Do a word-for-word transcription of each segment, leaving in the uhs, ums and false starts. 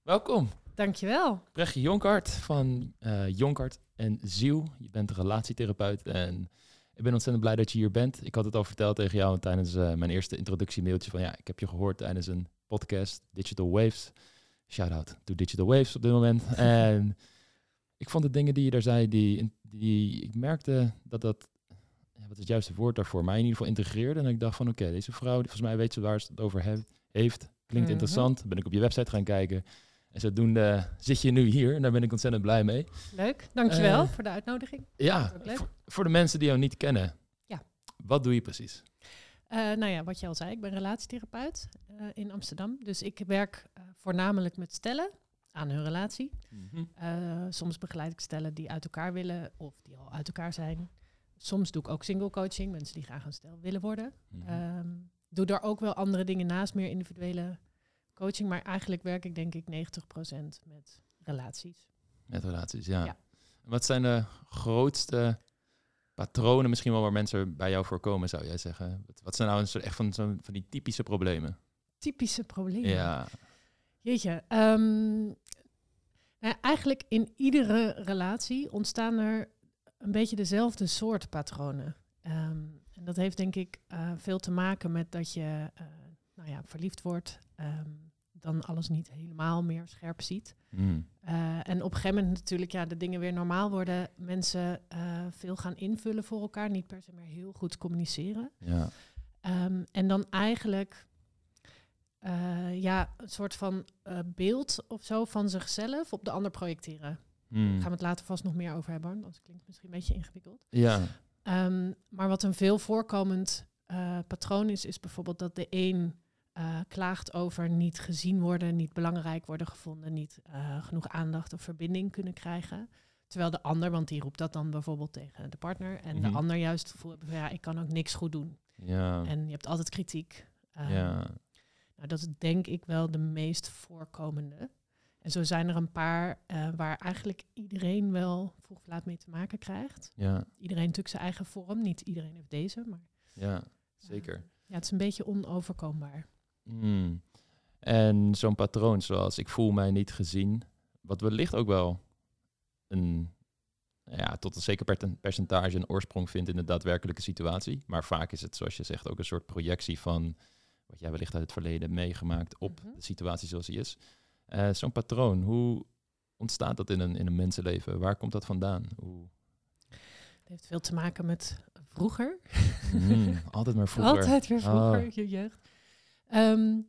Welkom. Dankjewel. Brechtje Jonkart van uh, Jonkart en Ziel. Je bent een relatietherapeut en ik ben ontzettend blij dat je hier bent. Ik had het al verteld tegen jou tijdens uh, mijn eerste introductiemailtje van ja, ik heb je gehoord tijdens een podcast, Digital Waves. Shout-out to Digital Waves op dit moment. En ik vond de dingen die je daar zei, die, die ik merkte dat dat, ja, wat is het juiste woord daarvoor, mij in ieder geval integreerde. En ik dacht van oké, okay, deze vrouw, die, volgens mij weet ze waar ze het over he- heeft. Klinkt mm-hmm. interessant. Ben ik op je website gaan kijken. En zodoende zit je nu hier en daar ben ik ontzettend blij mee. Leuk, dankjewel uh, voor de uitnodiging. Ja, voor, voor de mensen die jou niet kennen. Ja. Wat doe je precies? Uh, nou ja, wat je al zei, ik ben relatietherapeut uh, in Amsterdam. Dus ik werk uh, voornamelijk met stellen aan hun relatie. Mm-hmm. Uh, soms begeleid ik stellen die uit elkaar willen of die al uit elkaar zijn. Soms doe ik ook single coaching, mensen die graag een stel willen worden. Mm-hmm. Um, doe daar ook wel andere dingen naast, meer individuele coaching. Maar eigenlijk werk ik denk ik negentig procent met relaties. Met relaties, ja. ja. Wat zijn de grootste patronen misschien wel waar mensen bij jou voorkomen, zou jij zeggen? Wat, wat zijn nou een soort echt van, zo, van die typische problemen? Typische problemen? Ja. Jeetje. Um, nou, eigenlijk in iedere relatie ontstaan er een beetje dezelfde soort patronen. Um, en dat heeft denk ik uh, veel te maken met dat je uh, nou ja, verliefd wordt, um, dan alles niet helemaal meer scherp ziet. Mm. Uh, en op een gegeven moment natuurlijk ja, de dingen weer normaal worden. Mensen uh, veel gaan invullen voor elkaar, niet per se meer heel goed communiceren. Ja. Um, en dan eigenlijk uh, ja, een soort van uh, beeld of zo van zichzelf op de ander projecteren. Mm. Daar gaan we het later vast nog meer over hebben, hoor. Dat klinkt misschien een beetje ingewikkeld. Ja. Um, maar wat een veel voorkomend uh, patroon is, is bijvoorbeeld dat de een uh, klaagt over niet gezien worden, niet belangrijk worden gevonden, niet uh, genoeg aandacht of verbinding kunnen krijgen. Terwijl de ander, want die roept dat dan bijvoorbeeld tegen de partner, en mm-hmm. de ander juist voelt van ja, ik kan ook niks goed doen. Ja. En je hebt altijd kritiek. Um, ja. Nou, dat is denk ik wel de meest voorkomende. En zo zijn er een paar uh, waar eigenlijk iedereen wel vroeg of laat mee te maken krijgt. Ja. Iedereen natuurlijk zijn eigen vorm. Niet iedereen heeft deze, maar ja, zeker. Uh, ja, het is een beetje onoverkombaar. Mm. En zo'n patroon zoals ik voel mij niet gezien, wat wellicht ook wel een, ja, tot een zeker percentage een oorsprong vindt in de daadwerkelijke situatie. Maar vaak is het, zoals je zegt, ook een soort projectie van wat jij wellicht uit het verleden meegemaakt op mm-hmm. de situatie zoals die is. Uh, zo'n patroon, hoe ontstaat dat in een, in een mensenleven? Waar komt dat vandaan? Hoe... Het heeft veel te maken met vroeger. Mm, altijd maar vroeger. Altijd weer vroeger, oh. je jeugd. Um,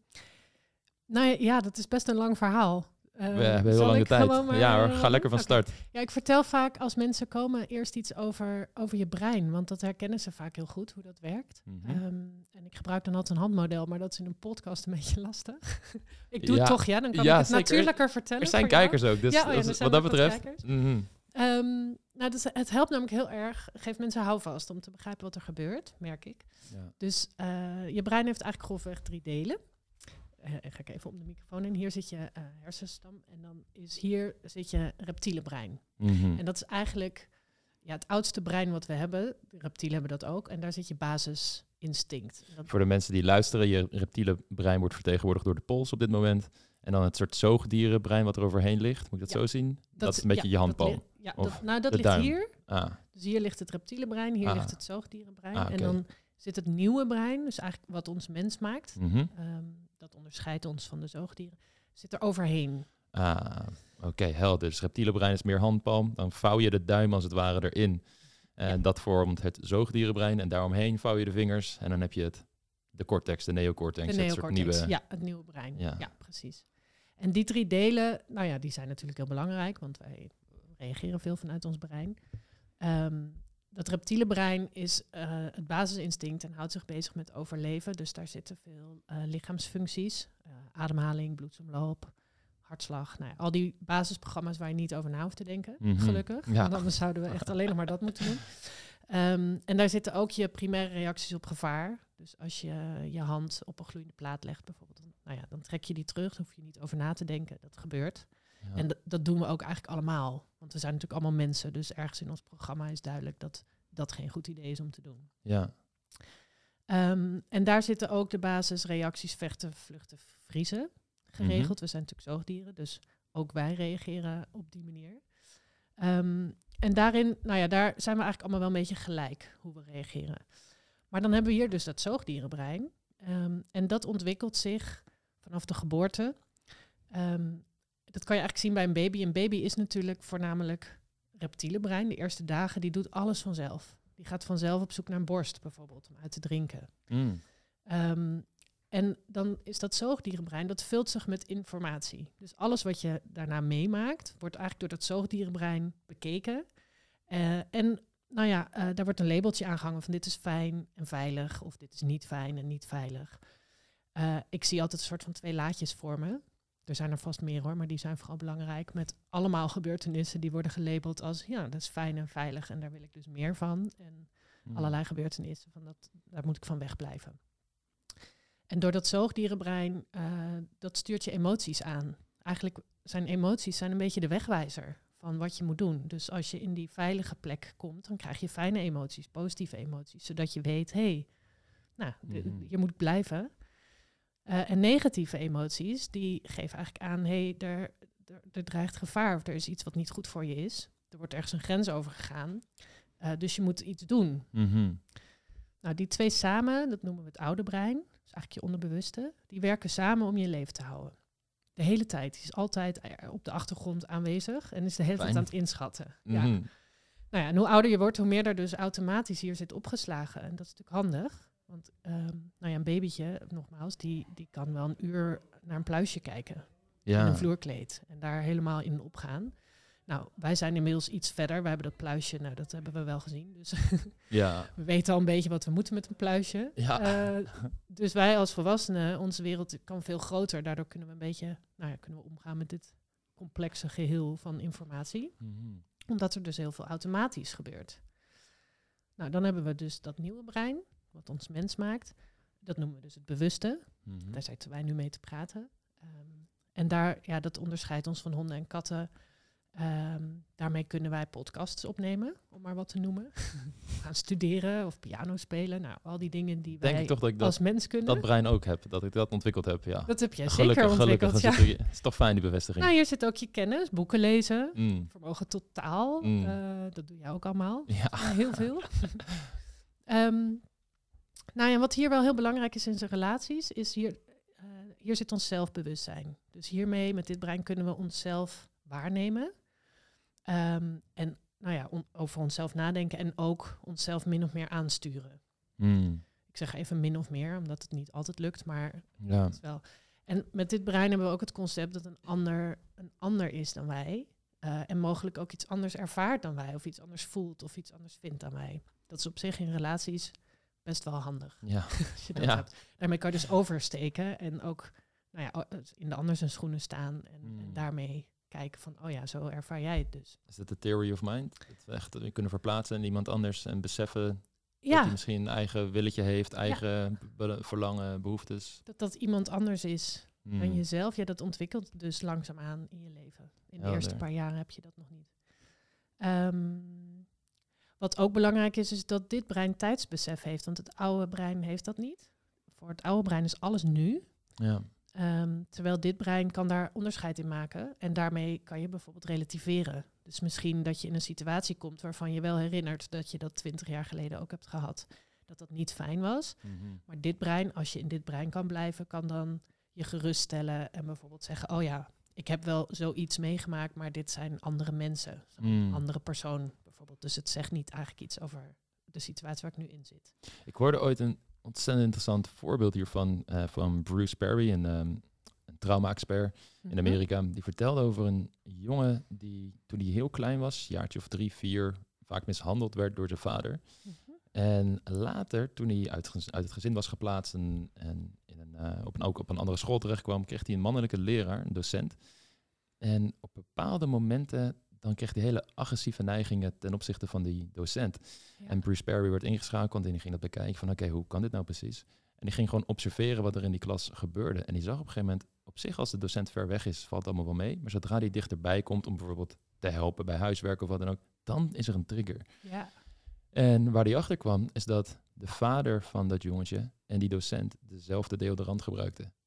nou ja, ja, dat is best een lang verhaal. Uh, We hebben heel lange tijd. Maar, ja hoor, ga lekker van okay. start. Ja, ik vertel vaak als mensen komen eerst iets over, over je brein. Want dat herkennen ze vaak heel goed, hoe dat werkt. Mm-hmm. Um, en ik gebruik dan altijd een handmodel, maar dat is in een podcast een beetje lastig. ik doe ja. het toch, ja? Dan kan ja, ik het zeker. natuurlijker vertellen. Er zijn kijkers jou. ook, dus, ja, oh ja, dus wat dat betreft... Mm-hmm. Um, nou, dus het helpt namelijk heel erg. Geeft mensen houvast om te begrijpen wat er gebeurt, merk ik. Ja. Dus uh, je brein heeft eigenlijk grofweg drie delen. Uh, ga ik even om de microfoon in. Hier zit je uh, hersenstam en dan is hier zit je reptiele brein. Mm-hmm. En dat is eigenlijk ja, het oudste brein wat we hebben. De reptielen hebben dat ook. En daar zit je basisinstinct. Dat Voor de mensen die luisteren, je reptiele brein wordt vertegenwoordigd door de pols op dit moment. En dan het soort zoogdierenbrein wat er overheen ligt. Moet ik dat ja, zo zien? Dat, dat is een beetje ja, je handpalm. Dat li- ja, dat, nou, dat ligt duim. hier. Ah. Dus hier ligt het reptiele brein, hier ah. ligt het zoogdierenbrein. Ah, okay. En dan zit het nieuwe brein, dus eigenlijk wat ons mens maakt. Mm-hmm. Um, dat onderscheidt ons van de zoogdieren. Zit er overheen. Ah, oké, okay, helder. Dus reptiele brein is meer handpalm. Dan vouw je de duim als het ware erin. En ja. dat vormt het zoogdierenbrein. En daaromheen vouw je de vingers. En dan heb je het, de cortex, de neocortex. De neocortex, het soort nieuwe... ja, het nieuwe brein. Ja. ja, precies. En die drie delen, nou ja, die zijn natuurlijk heel belangrijk. Want wij reageren veel vanuit ons brein. Um, Dat reptiele brein is uh, het basisinstinct en houdt zich bezig met overleven. Dus daar zitten veel uh, lichaamsfuncties. Uh, ademhaling, bloedsomloop, hartslag. Nou ja, al die basisprogramma's waar je niet over na hoeft te denken, mm-hmm. gelukkig. Ja. Want anders zouden we echt alleen nog maar dat moeten doen. Um, en daar zitten ook je primaire reacties op gevaar. Dus als je je hand op een gloeiende plaat legt bijvoorbeeld, dan, nou ja, dan trek je die terug. Dan hoef je niet over na te denken. Dat gebeurt. Ja. En d- dat doen we ook eigenlijk allemaal. Want we zijn natuurlijk allemaal mensen. Dus ergens in ons programma is duidelijk dat dat geen goed idee is om te doen. Ja. Um, en daar zitten ook de basisreacties vechten, vluchten, vriezen. geregeld. Mm-hmm. We zijn natuurlijk zoogdieren, dus ook wij reageren op die manier. Um, en daarin, nou ja, daar zijn we eigenlijk allemaal wel een beetje gelijk hoe we reageren. Maar dan hebben we hier dus dat zoogdierenbrein. Um, en dat ontwikkelt zich vanaf de geboorte. Um, dat kan je eigenlijk zien bij een baby. Een baby is natuurlijk voornamelijk reptiele brein. De eerste dagen, die doet alles vanzelf. Die gaat vanzelf op zoek naar een borst bijvoorbeeld, om uit te drinken. Mm. Um, en dan is dat zoogdierenbrein, dat vult zich met informatie. Dus alles wat je daarna meemaakt, wordt eigenlijk door dat zoogdierenbrein bekeken. Uh, en nou ja, uh, daar wordt een labeltje aangehangen van dit is fijn en veilig, of dit is niet fijn en niet veilig. Uh, ik zie altijd een soort van twee laadjes voor me. Er zijn er vast meer hoor, maar die zijn vooral belangrijk. Met allemaal gebeurtenissen die worden gelabeld als ja, dat is fijn en veilig en daar wil ik dus meer van. En mm. allerlei gebeurtenissen, van dat, daar moet ik van wegblijven. En door dat zoogdierenbrein, uh, dat stuurt je emoties aan. Eigenlijk zijn emoties zijn een beetje de wegwijzer van wat je moet doen. Dus als je in die veilige plek komt, dan krijg je fijne emoties, positieve emoties. Zodat je weet, hé, hey, nou, mm-hmm. d- je moet blijven. Uh, en negatieve emoties, die geven eigenlijk aan, hé, hey, er, er, er dreigt gevaar. Of er is iets wat niet goed voor je is. Er wordt ergens een grens over gegaan. Uh, dus je moet iets doen. Mm-hmm. Nou, die twee samen, dat noemen we het oude brein. Dus eigenlijk je onderbewuste. Die werken samen om je leven te houden. De hele tijd. Die is altijd op de achtergrond aanwezig. En is de hele tijd aan het inschatten. Mm-hmm. Ja. Nou ja, en hoe ouder je wordt, hoe meer er dus automatisch hier zit opgeslagen. En dat is natuurlijk handig. Want um, nou ja, een babytje, nogmaals, die, die kan wel een uur naar een pluisje kijken. Ja. In een vloerkleed. En daar helemaal in opgaan. Nou, wij zijn inmiddels iets verder. Wij hebben dat pluisje, nou, dat hebben we wel gezien. Dus ja. we weten al een beetje wat we moeten met een pluisje. Ja. Uh, dus wij als volwassenen, onze wereld kan veel groter. Daardoor kunnen we een beetje, nou ja, kunnen we omgaan met dit complexe geheel van informatie. Mm-hmm. Omdat er dus heel veel automatisch gebeurt. Nou, dan hebben we dus dat nieuwe brein, wat ons mens maakt. Dat noemen we dus het bewuste. Mm-hmm. Daar zitten wij nu mee te praten. Um, en daar, ja, dat onderscheidt ons van honden en katten. Um, daarmee kunnen wij podcasts opnemen, om maar wat te noemen. Gaan studeren of piano spelen. Nou, al die dingen die wij Denk ik toch dat ik dat, als mens kunnen. Dat brein ook heb, dat ik dat ontwikkeld heb, ja. Dat heb je gelukkig, zeker ontwikkeld, gelukkig, ja. Het is toch fijn, die bevestiging. Nou, hier zit ook je kennis, boeken lezen, mm. vermogen totaal. Mm. Uh, dat doe jij ook allemaal. Ja. Uh, heel veel. um, nou ja, wat hier wel heel belangrijk is in zijn relaties, is hier, uh, hier zit ons zelfbewustzijn. Dus hiermee, met dit brein, kunnen we onszelf waarnemen. Um, en nou ja, on, over onszelf nadenken en ook onszelf min of meer aansturen. Mm. Ik zeg even min of meer, omdat het niet altijd lukt, maar ja. Het is wel. En met dit brein hebben we ook het concept dat een ander een ander is dan wij. Uh, en mogelijk ook iets anders ervaart dan wij, of iets anders voelt, of iets anders vindt dan wij. Dat is op zich in relaties best wel handig. Ja. Als je dat ja. hebt. Daarmee kan je dus oversteken en ook nou ja, in de ander zijn schoenen staan en, mm. en daarmee kijken van, oh ja, zo ervaar jij het dus. Is dat de theory of mind? Dat we echt we kunnen verplaatsen in iemand anders en beseffen ja. dat hij misschien een eigen willetje heeft, eigen ja. be- verlangen, behoeftes. Dat dat iemand anders is mm. dan jezelf. Ja, dat ontwikkelt dus langzaamaan in je leven. In de ja, eerste nee. paar jaren heb je dat nog niet. Um, wat ook belangrijk is, is dat dit brein tijdsbesef heeft. Want het oude brein heeft dat niet. Voor het oude brein is alles nu. Ja. Um, terwijl dit brein kan daar onderscheid in maken. En daarmee kan je bijvoorbeeld relativeren. Dus misschien dat je in een situatie komt waarvan je wel herinnert dat je dat twintig jaar geleden ook hebt gehad. Dat dat niet fijn was. Mm-hmm. Maar dit brein, als je in dit brein kan blijven, kan dan je geruststellen en bijvoorbeeld zeggen, oh ja, ik heb wel zoiets meegemaakt, maar dit zijn andere mensen. Een mm. andere persoon bijvoorbeeld. Dus het zegt niet eigenlijk iets over de situatie waar ik nu in zit. Ik hoorde ooit een ontzettend interessant voorbeeld hiervan uh, van Bruce Perry, een, um, een trauma-expert mm-hmm. in Amerika. Die vertelde over een jongen die toen hij heel klein was, jaartje of drie, vier, vaak mishandeld werd door zijn vader. Mm-hmm. En later, toen hij uit, uit het gezin was geplaatst en, en in een, uh, op een, ook op een andere school terecht kwam, kreeg hij een mannelijke leraar, een docent. En op bepaalde momenten dan kreeg hij hele agressieve neigingen ten opzichte van die docent. Ja. En Bruce Perry werd ingeschakeld en die ging dat bekijken van oké, okay, hoe kan dit nou precies? En die ging gewoon observeren wat er in die klas gebeurde. En die zag op een gegeven moment, op zich als de docent ver weg is, valt het allemaal wel mee. Maar zodra die dichterbij komt om bijvoorbeeld te helpen bij huiswerk of wat dan ook, dan is er een trigger. Ja. En waar die achter kwam, is dat de vader van dat jongetje en die docent dezelfde deodorant gebruikten.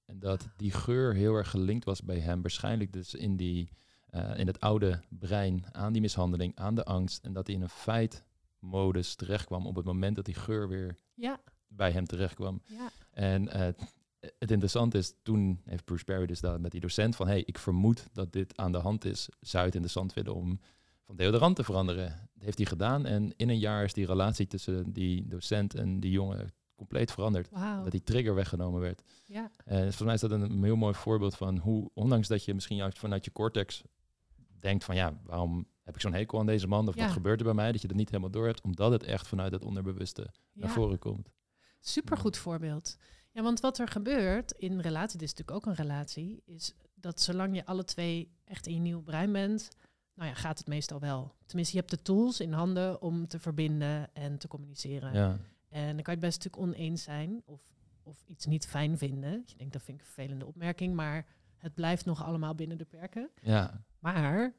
En dat die geur heel erg gelinkt was bij hem. Waarschijnlijk dus in, die, uh, in het oude brein aan die mishandeling, aan de angst. En dat hij in een feitmodus terechtkwam op het moment dat die geur weer ja. bij hem terechtkwam. Ja. En uh, het interessante is, toen heeft Bruce Perry dus dat met die docent van... hey, ik vermoed dat dit aan de hand is. Zou je het interessant vinden om van deodorant te veranderen? Dat heeft hij gedaan. En in een jaar is die relatie tussen die docent en die jongen compleet veranderd. Wow. Dat die trigger weggenomen werd. Ja. En uh, volgens mij is dat een heel mooi voorbeeld van hoe, ondanks dat je misschien juist vanuit je cortex denkt van... ja, waarom heb ik zo'n hekel aan deze man? Of ja. wat gebeurt er bij mij? Dat je dat niet helemaal door hebt. Omdat het echt vanuit het onderbewuste ja. naar voren komt. Supergoed ja. voorbeeld. Ja, want wat er gebeurt in relatie, dit is natuurlijk ook een relatie, is dat zolang je alle twee echt in je nieuwe brein bent, nou ja, gaat het meestal wel. Tenminste, je hebt de tools in handen om te verbinden en te communiceren. Ja. En dan kan je het best natuurlijk oneens zijn of, of iets niet fijn vinden. Je denkt, dat vind ik een vervelende opmerking, maar het blijft nog allemaal binnen de perken. Ja. Maar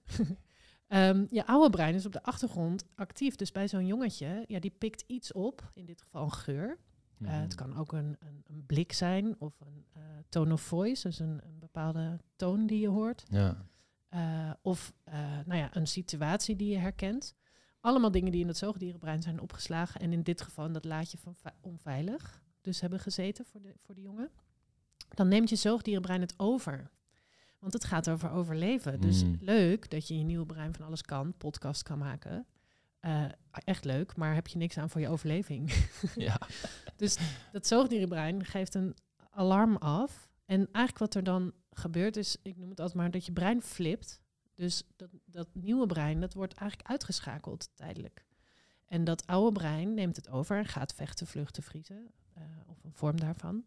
um, je oude brein is op de achtergrond actief. Dus bij zo'n jongetje, ja, die pikt iets op, in dit geval een geur. Uh, mm-hmm. Het kan ook een, een, een blik zijn of een uh, tone of voice, dus een, een bepaalde toon die je hoort. Ja. Uh, of uh, nou ja, een situatie die je herkent. Allemaal dingen die in het zoogdierenbrein zijn opgeslagen en in dit geval in dat laadje van ve- onveilig dus hebben gezeten voor de, voor de jongen. Dan neemt je zoogdierenbrein het over. Want het gaat over overleven. Mm. Dus leuk dat je in je nieuwe brein van alles kan, podcast kan maken. Uh, echt leuk, maar heb je niks aan voor je overleving. Ja. Dus dat zoogdierenbrein geeft een alarm af. En eigenlijk wat er dan gebeurt is, ik noem het altijd maar, dat je brein flipt. Dus dat, dat nieuwe brein, dat wordt eigenlijk uitgeschakeld tijdelijk. En dat oude brein neemt het over en gaat vechten, vluchten, vriezen. Uh, of een vorm daarvan.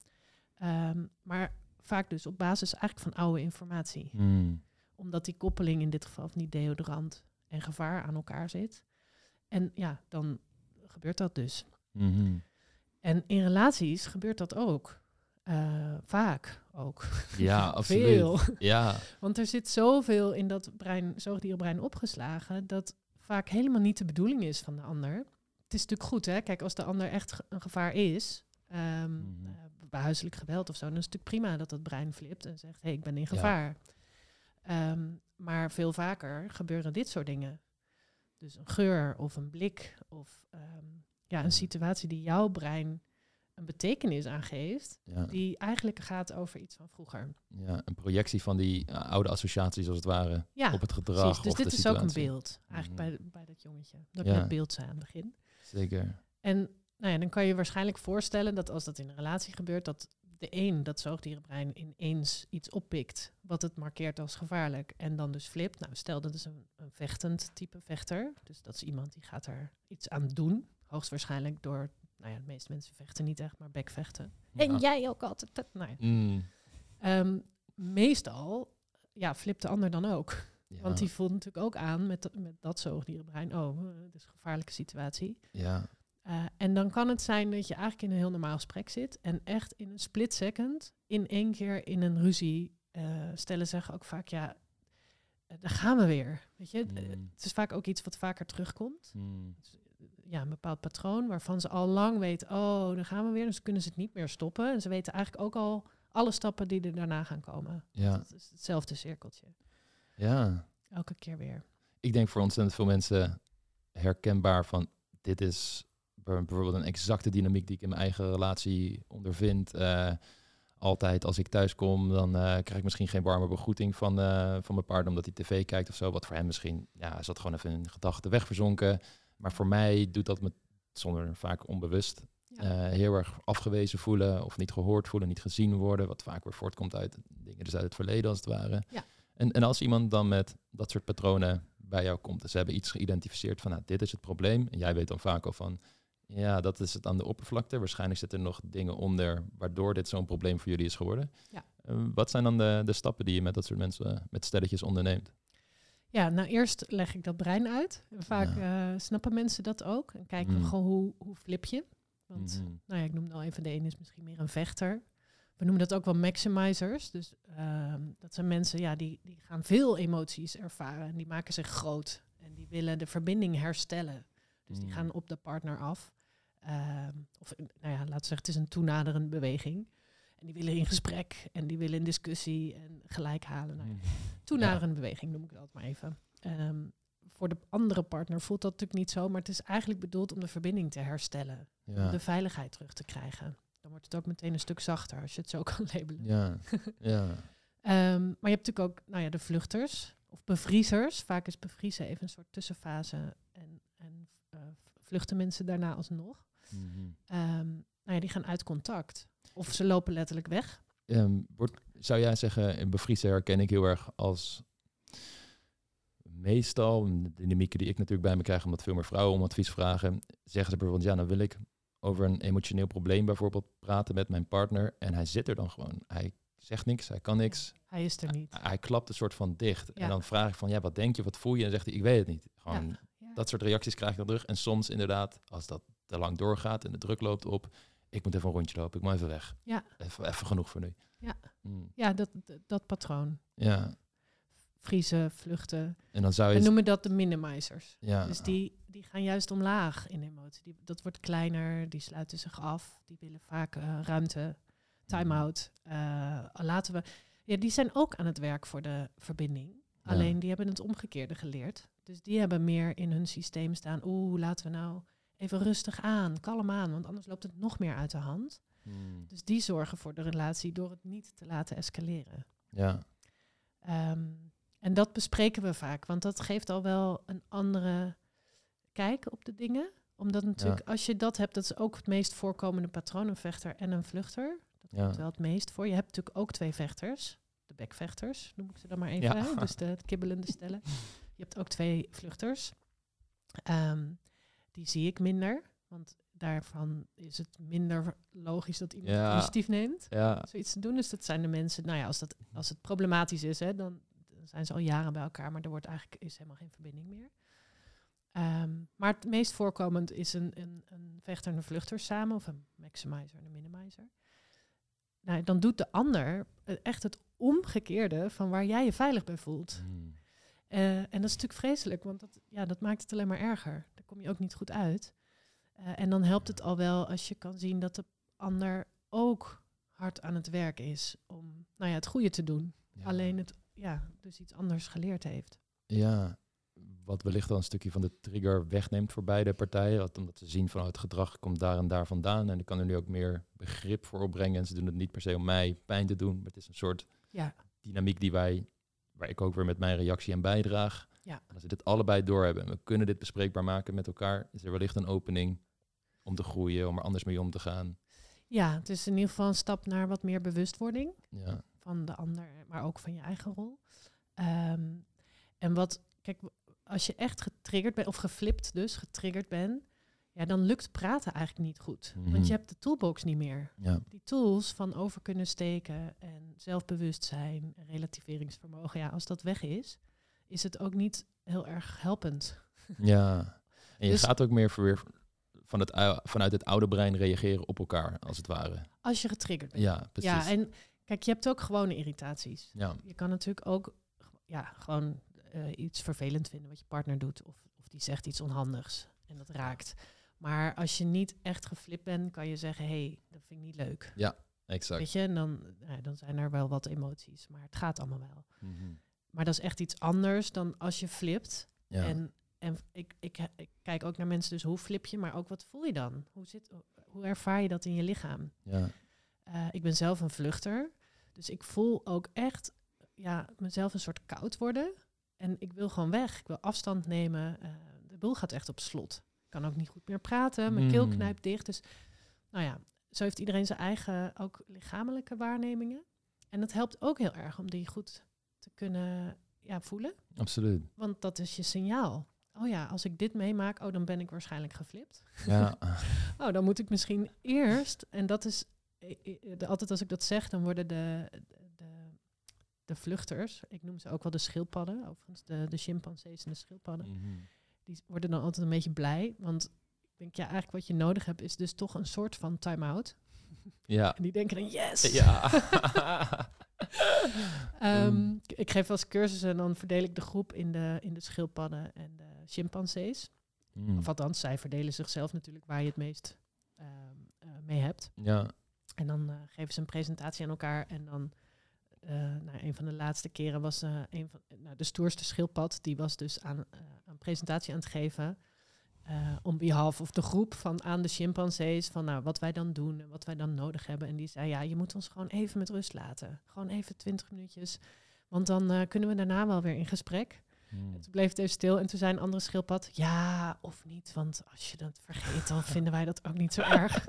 Um, maar vaak dus op basis eigenlijk van oude informatie. Mm. Omdat die koppeling in dit geval van die deodorant en gevaar aan elkaar zit. En ja, dan gebeurt dat dus. Mm-hmm. En in relaties gebeurt dat ook. Uh, vaak ook. Ja, absoluut. Veel. Ja. Want er zit zoveel in dat brein, zoogdierenbrein opgeslagen, dat vaak helemaal niet de bedoeling is van de ander. Het is natuurlijk goed, hè? Kijk, als de ander echt ge- een gevaar is, um, mm-hmm. uh, bij huiselijk geweld of zo, dan is het natuurlijk prima dat dat brein flipt en zegt, hé, hey, ik ben in gevaar. Ja. Um, maar veel vaker gebeuren dit soort dingen. Dus een geur of een blik of um, ja, een situatie die jouw brein een betekenis aangeeft, ja. die eigenlijk gaat over iets van vroeger. Ja, een projectie van die uh, oude associaties als het ware ja, op het gedrag. Precies. Dus of dit de is situatie. Ook een beeld, eigenlijk mm-hmm. bij, bij dat jongetje. Dat ja. ik net beeld zei aan het begin. Zeker. En nou ja, dan kan je waarschijnlijk voorstellen dat als dat in een relatie gebeurt, dat de een, dat zoogdierenbrein, ineens iets oppikt wat het markeert als gevaarlijk en dan dus flipt. Nou, stel dat is een, een vechtend type vechter. Dus dat is iemand die gaat er iets aan doen. Hoogstwaarschijnlijk door, nou ja, de meeste mensen vechten niet echt, maar bekvechten. Ja. En jij ook altijd. Nou ja. mm. um, meestal, ja, flipt de ander dan ook. Ja. Want die voelt natuurlijk ook aan met, met dat zoogdierenbrein. Oh, dat is een gevaarlijke situatie. Ja. Uh, en dan kan het zijn dat je eigenlijk in een heel normaal gesprek zit en echt in een split second in één keer in een ruzie uh, stellen zeggen ook vaak, ja, uh, daar gaan we weer. Weet je, mm. uh, het is vaak ook iets wat vaker terugkomt. Mm. Dus, uh, ja, een bepaald patroon waarvan ze al lang weten, oh, daar gaan we weer. Dus kunnen ze het niet meer stoppen. En ze weten eigenlijk ook al alle stappen die er daarna gaan komen. Ja. Dat is hetzelfde cirkeltje. Ja. Elke keer weer. Ik denk voor ontzettend veel mensen herkenbaar van, dit is bijvoorbeeld een exacte dynamiek die ik in mijn eigen relatie ondervind. Uh, altijd als ik thuis kom, dan uh, krijg ik misschien geen warme begroeting van, uh, van mijn partner omdat hij tv kijkt of zo. Wat voor hem misschien, ja, is dat gewoon even in gedachten wegverzonken. Maar voor mij doet dat me zonder vaak onbewust ja. uh, heel erg afgewezen voelen of niet gehoord voelen, niet gezien worden. Wat vaak weer voortkomt uit dingen dus uit het verleden als het ware. Ja. En, en als iemand dan met dat soort patronen bij jou komt, dus ze hebben iets geïdentificeerd van, nou, dit is het probleem. En jij weet dan vaak al van, ja, dat is het aan de oppervlakte. Waarschijnlijk zitten er nog dingen onder waardoor dit zo'n probleem voor jullie is geworden. Ja. Uh, wat zijn dan de, de stappen die je met dat soort mensen, uh, met stelletjes onderneemt? Ja, nou eerst leg ik dat brein uit. Vaak ja. uh, snappen mensen dat ook. En kijken mm. we gewoon hoe, hoe flip je. Want, mm-hmm. nou ja, ik noemde al even, de een is misschien meer een vechter. We noemen dat ook wel maximizers. Dus uh, dat zijn mensen, ja, die, die gaan veel emoties ervaren. En die maken zich groot. En die willen de verbinding herstellen. Dus die gaan op de partner af. Uh, of, nou ja, laten we zeggen, het is een toenaderende beweging. En die willen in gesprek en die willen in discussie en gelijk halen. Nou, ja. Mm. Toenadere Ja. beweging noem ik het altijd maar even. Um, voor de andere partner voelt dat natuurlijk niet zo, maar het is eigenlijk bedoeld om de verbinding te herstellen. Ja. Om de veiligheid terug te krijgen. Dan wordt het ook meteen een stuk zachter als je het zo kan labelen. Ja. Ja. Um, maar je hebt natuurlijk ook nou ja, de vluchters of bevriezers. Vaak is bevriezen even een soort tussenfase en, en uh, vluchten mensen daarna alsnog. Mm-hmm. Um, nou ja, die gaan uit contact. Of ze lopen letterlijk weg. Um, wordt, zou jij zeggen, in bevriezen herken ik heel erg als meestal, de dynamieken die ik natuurlijk bij me krijg, omdat veel meer vrouwen om advies vragen, zeggen ze bijvoorbeeld, ja, dan wil ik over een emotioneel probleem bijvoorbeeld praten met mijn partner en hij zit er dan gewoon. Hij zegt niks, hij kan niks. Hij is er niet. Hij, hij klapt een soort van dicht. Ja. En dan vraag ik van, ja, wat denk je, wat voel je? En dan zegt hij, ik weet het niet. Gewoon Ja. Ja. dat soort reacties krijg ik dan terug. En soms inderdaad, als dat te lang doorgaat en de druk loopt op, ik moet even een rondje lopen, ik moet even weg. Ja. Even, even genoeg voor nu. Ja, Mm. ja dat, dat, dat patroon. Ja. Vriezen, vluchten. En dan zou je... We noemen dat de minimizers. Ja. Dus die, die gaan juist omlaag in emotie. Die, dat wordt kleiner, die sluiten zich af. Die willen vaak uh, ruimte, time-out. Uh, laten we... Ja, die zijn ook aan het werk voor de verbinding. Ja. Alleen die hebben het omgekeerde geleerd. Dus die hebben meer in hun systeem staan. Oeh, laten we nou even rustig aan, kalm aan. Want anders loopt het nog meer uit de hand. Mm. Dus die zorgen voor de relatie door het niet te laten escaleren. Ja. Um, en dat bespreken we vaak. Want dat geeft al wel een andere kijk op de dingen. Omdat natuurlijk, ja. als je dat hebt, dat is ook het meest voorkomende patroon. Een vechter en een vluchter. Dat Ja. komt wel het meest voor. Je hebt natuurlijk ook twee vechters. De bekvechters, noem ik ze dan maar even. Ja. Hè? Dus de, de kibbelende stellen. Je hebt ook twee vluchters. Um, die zie ik minder. Want daarvan is het minder logisch dat iemand Ja. initiatief neemt. Ja. Zoiets te doen. Dus dat zijn de mensen, nou ja, als, dat, als het problematisch is, hè, dan, dan zijn ze al jaren bij elkaar. Maar er wordt eigenlijk is helemaal geen verbinding meer. Um, maar het meest voorkomend is een, een, een vechter en een vluchter samen. Of een maximizer en een minimizer. Nou, dan doet de ander echt het omgekeerde van waar jij je veilig bij voelt. Mm. Uh, en dat is natuurlijk vreselijk, want dat, ja, dat maakt het alleen maar erger. Daar kom je ook niet goed uit. Uh, en dan helpt het al wel als je kan zien dat de ander ook hard aan het werk is om nou ja, het goede te doen. Ja. Alleen het ja, dus iets anders geleerd heeft. Ja, wat wellicht al een stukje van de trigger wegneemt voor beide partijen. Want omdat ze zien van oh, het gedrag komt daar en daar vandaan. En ik kan er nu ook meer begrip voor opbrengen. En ze doen het niet per se om mij pijn te doen. Maar het is een soort Ja. dynamiek die wij, waar ik ook weer met mijn reactie aan bijdraag. Ja. En als we dit allebei doorhebben en we kunnen dit bespreekbaar maken met elkaar, is er wellicht een opening om te groeien, om er anders mee om te gaan. Ja, het is in ieder geval een stap naar wat meer bewustwording. Ja. Van de ander, maar ook van je eigen rol. Um, en wat, kijk, als je echt getriggerd bent, of geflipt dus, getriggerd bent, ja, dan lukt praten eigenlijk niet goed. Mm-hmm. Want je hebt de toolbox niet meer. Ja. Die tools van over kunnen steken en zelfbewustzijn en relativeringsvermogen, ja, als dat weg is, is het ook niet heel erg helpend. Ja, en je Dus- gaat ook meer weer van het, ou- vanuit het oude brein reageren op elkaar, als het ware. Als je getriggerd bent. Ja, precies. Ja, en kijk, je hebt ook gewone irritaties. Ja. Je kan natuurlijk ook ja, gewoon uh, iets vervelend vinden wat je partner doet. Of, of die zegt iets onhandigs en dat raakt. Maar als je niet echt geflipt bent, kan je zeggen, hé, hey, dat vind ik niet leuk. Exact. Weet je, en dan, nou, dan zijn er wel wat emoties. Maar het gaat allemaal wel. Mhm. Maar dat is echt iets anders dan als je flipt. Ja. En, en ik, ik, ik kijk ook naar mensen, dus hoe flip je, maar ook wat voel je dan? Hoe, zit, hoe ervaar je dat in je lichaam? Ja. Uh, ik ben zelf een vluchter, dus ik voel ook echt ja, mezelf een soort koud worden. En ik wil gewoon weg, ik wil afstand nemen. Uh, de boel gaat echt op slot. Ik kan ook niet goed meer praten, mijn Mm. keel knijpt dicht. Dus nou ja, zo heeft iedereen zijn eigen ook lichamelijke waarnemingen. En dat helpt ook heel erg om die goed te kunnen ja, voelen. Absoluut. Want dat is je signaal. Oh ja, als ik dit meemaak, oh, dan ben ik waarschijnlijk geflipt. Ja. Oh, dan moet ik misschien eerst, en dat is, de, altijd als ik dat zeg, dan worden de, de, de vluchters, ik noem ze ook wel de schildpadden, overigens de, de chimpansees en de schildpadden, Mhm. die worden dan altijd een beetje blij, want ik denk, ja, eigenlijk wat je nodig hebt is dus toch een soort van time-out. Ja. En die denken dan, yes! Ja. um, ik geef wel eens cursussen en dan verdeel ik de groep in de, in de schildpadden en de chimpansees. Mm. Of althans, zij verdelen zichzelf natuurlijk waar je het meest uh, uh, mee hebt. Ja. En dan uh, geven ze een presentatie aan elkaar. En dan, uh, nou, een van de laatste keren was uh, een van nou, de stoerste schildpad. Die was dus aan uh, een presentatie aan het geven. Uh, on behalf of de groep van aan de chimpansees. Van nou, wat wij dan doen en wat wij dan nodig hebben. En die zei, ja, je moet ons gewoon even met rust laten. Gewoon even twintig minuutjes. Want dan uh, kunnen we daarna wel weer in gesprek. Hmm. Toen bleef het even stil en toen zei een andere schildpad, ja of niet, want als je dat vergeet, dan vinden wij dat ook niet zo erg.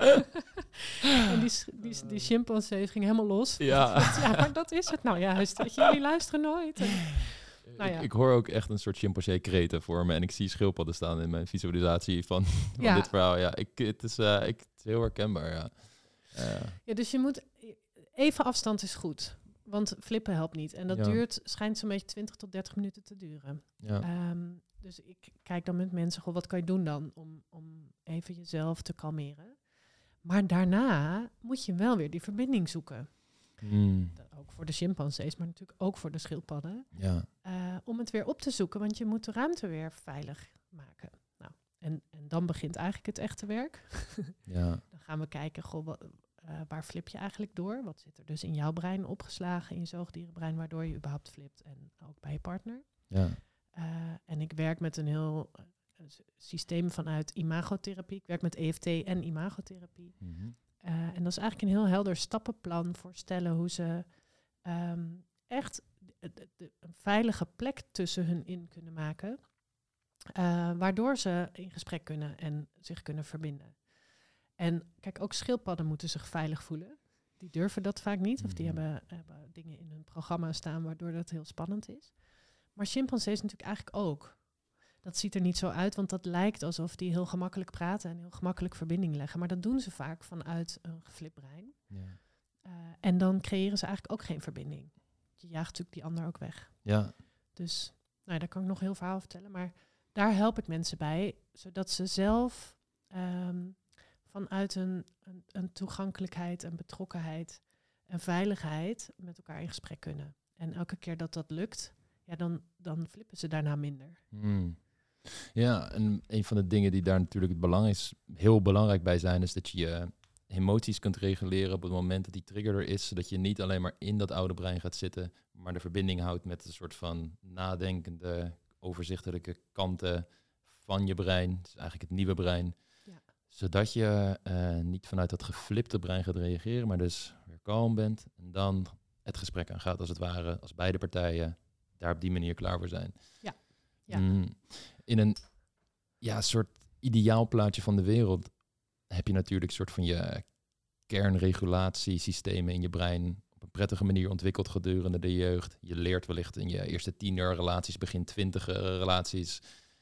En die, die, die chimpansees ging helemaal los. Ja. Ja, maar dat is het nou juist. Dat jullie luisteren nooit. En, nou ja. ik, ik hoor ook echt een soort chimpansee-kreten voor me en ik zie schildpadden staan in mijn visualisatie van, van ja. dit verhaal. Ja, ik, het, is, uh, ik, het is heel herkenbaar. Ja. Uh. ja, dus je moet even afstand is goed. Want flippen helpt niet. En dat ja. duurt, schijnt zo'n beetje twintig tot dertig minuten te duren. Ja. Um, dus ik kijk dan met mensen, goh, wat kan je doen dan om, om even jezelf te kalmeren? Maar daarna moet je wel weer die verbinding zoeken. Mm. Ook voor de chimpansees, maar natuurlijk ook voor de schildpadden. Ja. Uh, om het weer op te zoeken, want je moet de ruimte weer veilig maken. Nou, en, en dan begint eigenlijk het echte werk. Ja. Dan gaan we kijken, goh, wat... Uh, waar flip je eigenlijk door? Wat zit er dus in jouw brein opgeslagen, in je zoogdierenbrein, waardoor je überhaupt flipt en ook bij je partner? Ja. Uh, en ik werk met een heel uh, systeem vanuit imagotherapie. Ik werk met E F T en imagotherapie. Mm-hmm. Uh, en dat is eigenlijk een heel helder stappenplan voor stellen hoe ze um, echt de, de, de, een veilige plek tussen hun in kunnen maken, uh, waardoor ze in gesprek kunnen en zich kunnen verbinden. En kijk, ook schildpadden moeten zich veilig voelen. Die durven dat vaak niet. Of die hebben, hebben dingen in hun programma staan waardoor dat heel spannend is. Maar chimpansees natuurlijk eigenlijk ook. Dat ziet er niet zo uit, want dat lijkt alsof die heel gemakkelijk praten en heel gemakkelijk verbinding leggen. Maar dat doen ze vaak vanuit een geflipt brein. Ja. Uh, en dan creëren ze eigenlijk ook geen verbinding. Je jaagt natuurlijk die ander ook weg. Ja. Dus nou, daar kan ik nog heel verhaal vertellen. Maar daar help ik mensen bij, zodat ze zelf... Um, vanuit een, een, een toegankelijkheid, een betrokkenheid en veiligheid met elkaar in gesprek kunnen. En elke keer dat dat lukt, ja, dan, dan flippen ze daarna minder. Hmm. Ja, en een van de dingen die daar natuurlijk het belang is, heel belangrijk bij zijn, is dat je je emoties kunt reguleren op het moment dat die trigger er is, zodat je niet alleen maar in dat oude brein gaat zitten, maar de verbinding houdt met een soort van nadenkende, overzichtelijke kanten van je brein. Dus eigenlijk het nieuwe brein. Zodat je uh, niet vanuit dat geflipte brein gaat reageren, maar dus weer kalm bent. En dan het gesprek aangaat, als het ware, als beide partijen daar op die manier klaar voor zijn. Ja. ja. Mm, in een ja, soort ideaal plaatje van de wereld heb je natuurlijk een soort van je kernregulatiesystemen in je brein op een prettige manier ontwikkeld gedurende de jeugd. Je leert wellicht in je eerste tienerrelaties, begin twintiger relaties...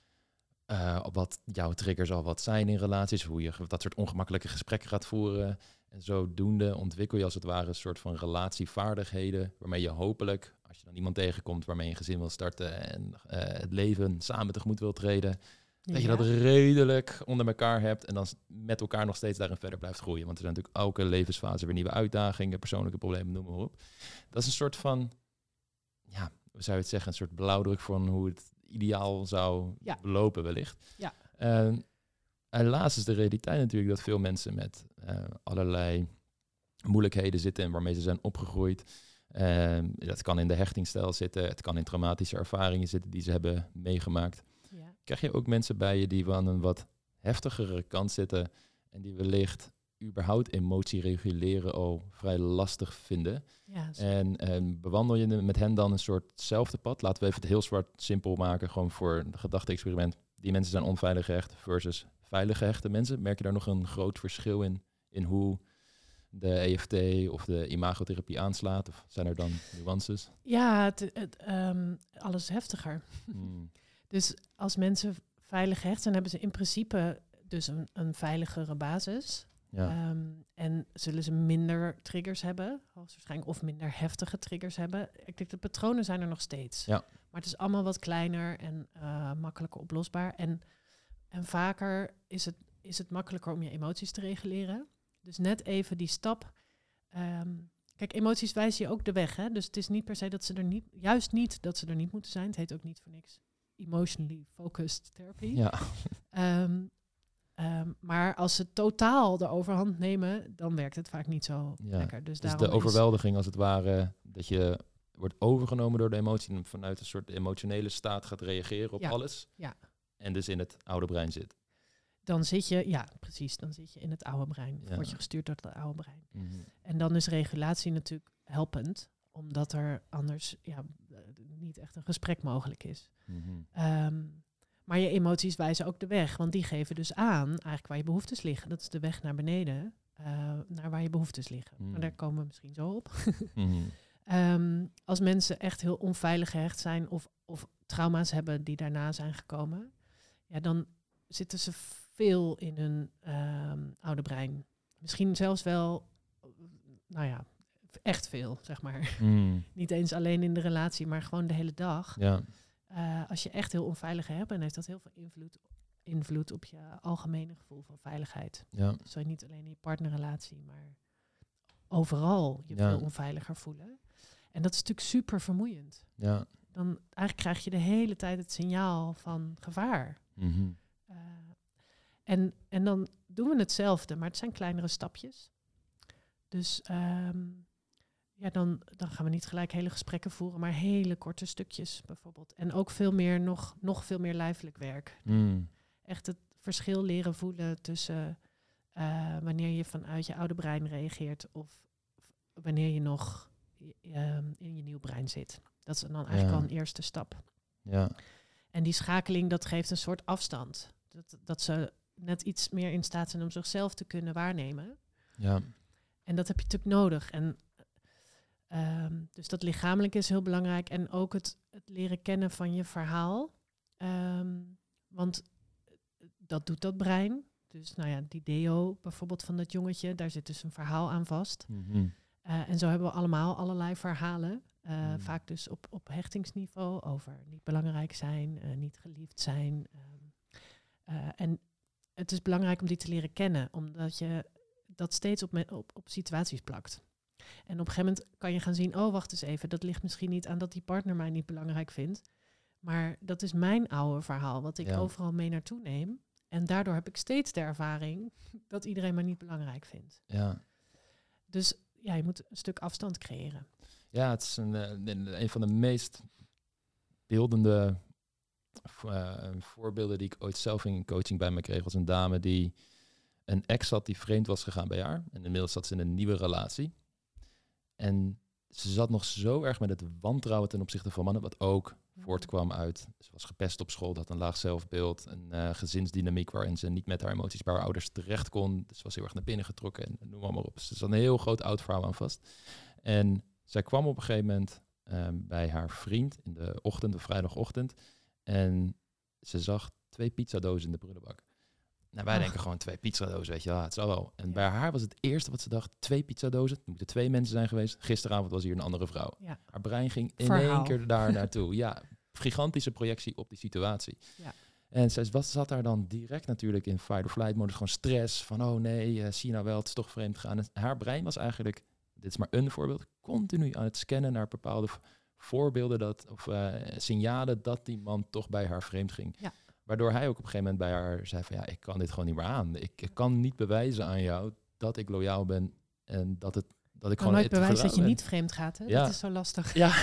Uh, op wat jouw triggers al wat zijn in relaties, hoe je dat soort ongemakkelijke gesprekken gaat voeren. En zodoende ontwikkel je als het ware een soort van relatievaardigheden, waarmee je hopelijk, als je dan iemand tegenkomt waarmee je een gezin wil starten en uh, het leven samen tegemoet wil treden, ja. dat je dat redelijk onder elkaar hebt en dan met elkaar nog steeds daarin verder blijft groeien. Want er zijn natuurlijk elke levensfase weer nieuwe uitdagingen, persoonlijke problemen, noem maar op. Dat is een soort van, ja, hoe zou je het zeggen, een soort blauwdruk van hoe het ideaal zou ja. belopen wellicht. Ja. Uh, helaas is de realiteit natuurlijk dat veel mensen met uh, allerlei moeilijkheden zitten en waarmee ze zijn opgegroeid. Uh, dat kan in de hechtingsstijl zitten, het kan in traumatische ervaringen zitten die ze hebben meegemaakt. Ja. Krijg je ook mensen bij je die aan een wat heftigere kant zitten en die wellicht überhaupt emotie reguleren al vrij lastig vinden. Ja, en um, bewandel je met hen dan een soortzelfde pad? Laten we even het heel zwart simpel maken, gewoon voor een gedachte-experiment. Die mensen zijn onveilig gehecht versus veilig gehechte mensen. Merk je daar nog een groot verschil in, in hoe de E F T of de imagotherapie aanslaat? Of zijn er dan nuances? Ja, het, het, um, alles heftiger. Hmm. Dus als mensen veilig gehecht zijn, hebben ze in principe dus een, een veiligere basis. Ja. Um, en zullen ze minder triggers hebben, waarschijnlijk, of minder heftige triggers hebben. Ik denk de patronen zijn er nog steeds. Ja. Maar het is allemaal wat kleiner en uh, makkelijker oplosbaar. En, en vaker is het, is het makkelijker om je emoties te reguleren. Dus net even die stap. Um, kijk, emoties wijzen je ook de weg. Hè? Dus het is niet per se dat ze er niet, juist niet dat ze er niet moeten zijn. Het heet ook niet voor niks emotionally focused therapy. Ja. Um, Um, maar als ze totaal de overhand nemen, dan werkt het vaak niet zo Ja. lekker. Dus, Dus de overweldiging als het ware, dat je wordt overgenomen door de emotie en vanuit een soort emotionele staat gaat reageren op ja. alles. Ja. En dus in het oude brein zit. Dan zit je, ja precies, dan zit je in het oude brein. Ja. Word je gestuurd door het oude brein. Mm-hmm. En dan is regulatie natuurlijk helpend, omdat er anders ja, niet echt een gesprek mogelijk is. Mm-hmm. Um, maar je emoties wijzen ook de weg, want die geven dus aan eigenlijk waar je behoeftes liggen. Dat is de weg naar beneden, uh, naar waar je behoeftes liggen. Mm. Maar daar komen we misschien zo op. Mm-hmm. um, als mensen echt heel onveilig gehecht zijn of, of trauma's hebben die daarna zijn gekomen, ja, dan zitten ze veel in hun um, oude brein. Misschien zelfs wel, nou ja, echt veel, zeg maar. Mm. Niet eens alleen in de relatie, maar gewoon de hele dag. Ja. Uh, als je echt heel onveilig hebt, dan heeft dat heel veel invloed, invloed op je algemene gevoel van veiligheid. Ja. Dus zul je niet alleen in je partnerrelatie, maar overal je ja. veel onveiliger voelen. En dat is natuurlijk super vermoeiend. Ja. Dan eigenlijk krijg je de hele tijd het signaal van gevaar. Mm-hmm. Uh, en, en dan doen we hetzelfde, maar het zijn kleinere stapjes. Dus um, ja, dan, dan gaan we niet gelijk hele gesprekken voeren, maar hele korte stukjes bijvoorbeeld. En ook veel meer, nog, nog veel meer lijfelijk werk. Mm. Echt het verschil leren voelen tussen uh, wanneer je vanuit je oude brein reageert of wanneer je nog uh, in je nieuw brein zit. Dat is dan eigenlijk ja. al een eerste stap. Ja. En die schakeling, dat geeft een soort afstand. Dat, dat ze net iets meer in staat zijn om zichzelf te kunnen waarnemen. Ja. En dat heb je natuurlijk nodig. En um, dus dat lichamelijk is heel belangrijk. En ook het, het leren kennen van je verhaal. Um, want dat doet dat brein. Dus nou ja, die deo bijvoorbeeld van dat jongetje, daar zit dus een verhaal aan vast. Mm-hmm. Uh, en zo hebben we allemaal allerlei verhalen. Uh, mm. Vaak dus op, op hechtingsniveau over niet belangrijk zijn, uh, niet geliefd zijn. Um, uh, en het is belangrijk om die te leren kennen, omdat je dat steeds op, me- op, op situaties plakt. En op een gegeven moment kan je gaan zien, oh wacht eens even, dat ligt misschien niet aan dat die partner mij niet belangrijk vindt. Maar dat is mijn oude verhaal, wat ik ja. overal mee naartoe neem. En daardoor heb ik steeds de ervaring dat iedereen mij niet belangrijk vindt. Ja. Dus ja, je moet een stuk afstand creëren. Ja, het is een, een, een van de meest beeldende uh, voorbeelden die ik ooit zelf in coaching bij me kreeg. Was een dame die een ex had die vreemd was gegaan bij haar. En inmiddels zat ze in een nieuwe relatie. En ze zat nog zo erg met het wantrouwen ten opzichte van mannen, wat ook voortkwam uit, ze was gepest op school, had een laag zelfbeeld, een uh, gezinsdynamiek waarin ze niet met haar emoties bij haar ouders terecht kon. Dus ze was heel erg naar binnen getrokken en noem maar, maar op. Dus er zat een heel groot oud verhaal aan vast. En zij kwam op een gegeven moment um, bij haar vriend in de ochtend, of vrijdagochtend, en ze zag twee pizzadozen in de prullenbak. Nou, wij Ach. denken gewoon twee pizzadozen, weet je wel, ja, het zal wel. En ja. bij haar was het eerste wat ze dacht, twee pizzadozen, het moeten twee mensen zijn geweest. Gisteravond was hier een andere vrouw. Ja. Haar brein ging in Verhaal. één keer daar naartoe. Ja, gigantische projectie op die situatie. Ja. En zij wat zat daar dan direct natuurlijk in fight or flight modus, gewoon stress, van oh nee, uh, zie je nou wel, het is toch vreemd gegaan. En haar brein was eigenlijk, dit is maar een voorbeeld, continu aan het scannen naar bepaalde v- voorbeelden dat, of uh, signalen dat die man toch bij haar vreemd ging. Ja. Waardoor hij ook op een gegeven moment bij haar zei van ja, ik kan dit gewoon niet meer aan. Ik, ik kan niet bewijzen aan jou dat ik loyaal ben en dat het dat ik kan gewoon nooit bewijzen dat je ben. niet vreemd gaat, hè? Ja. Dat is zo lastig. Ja,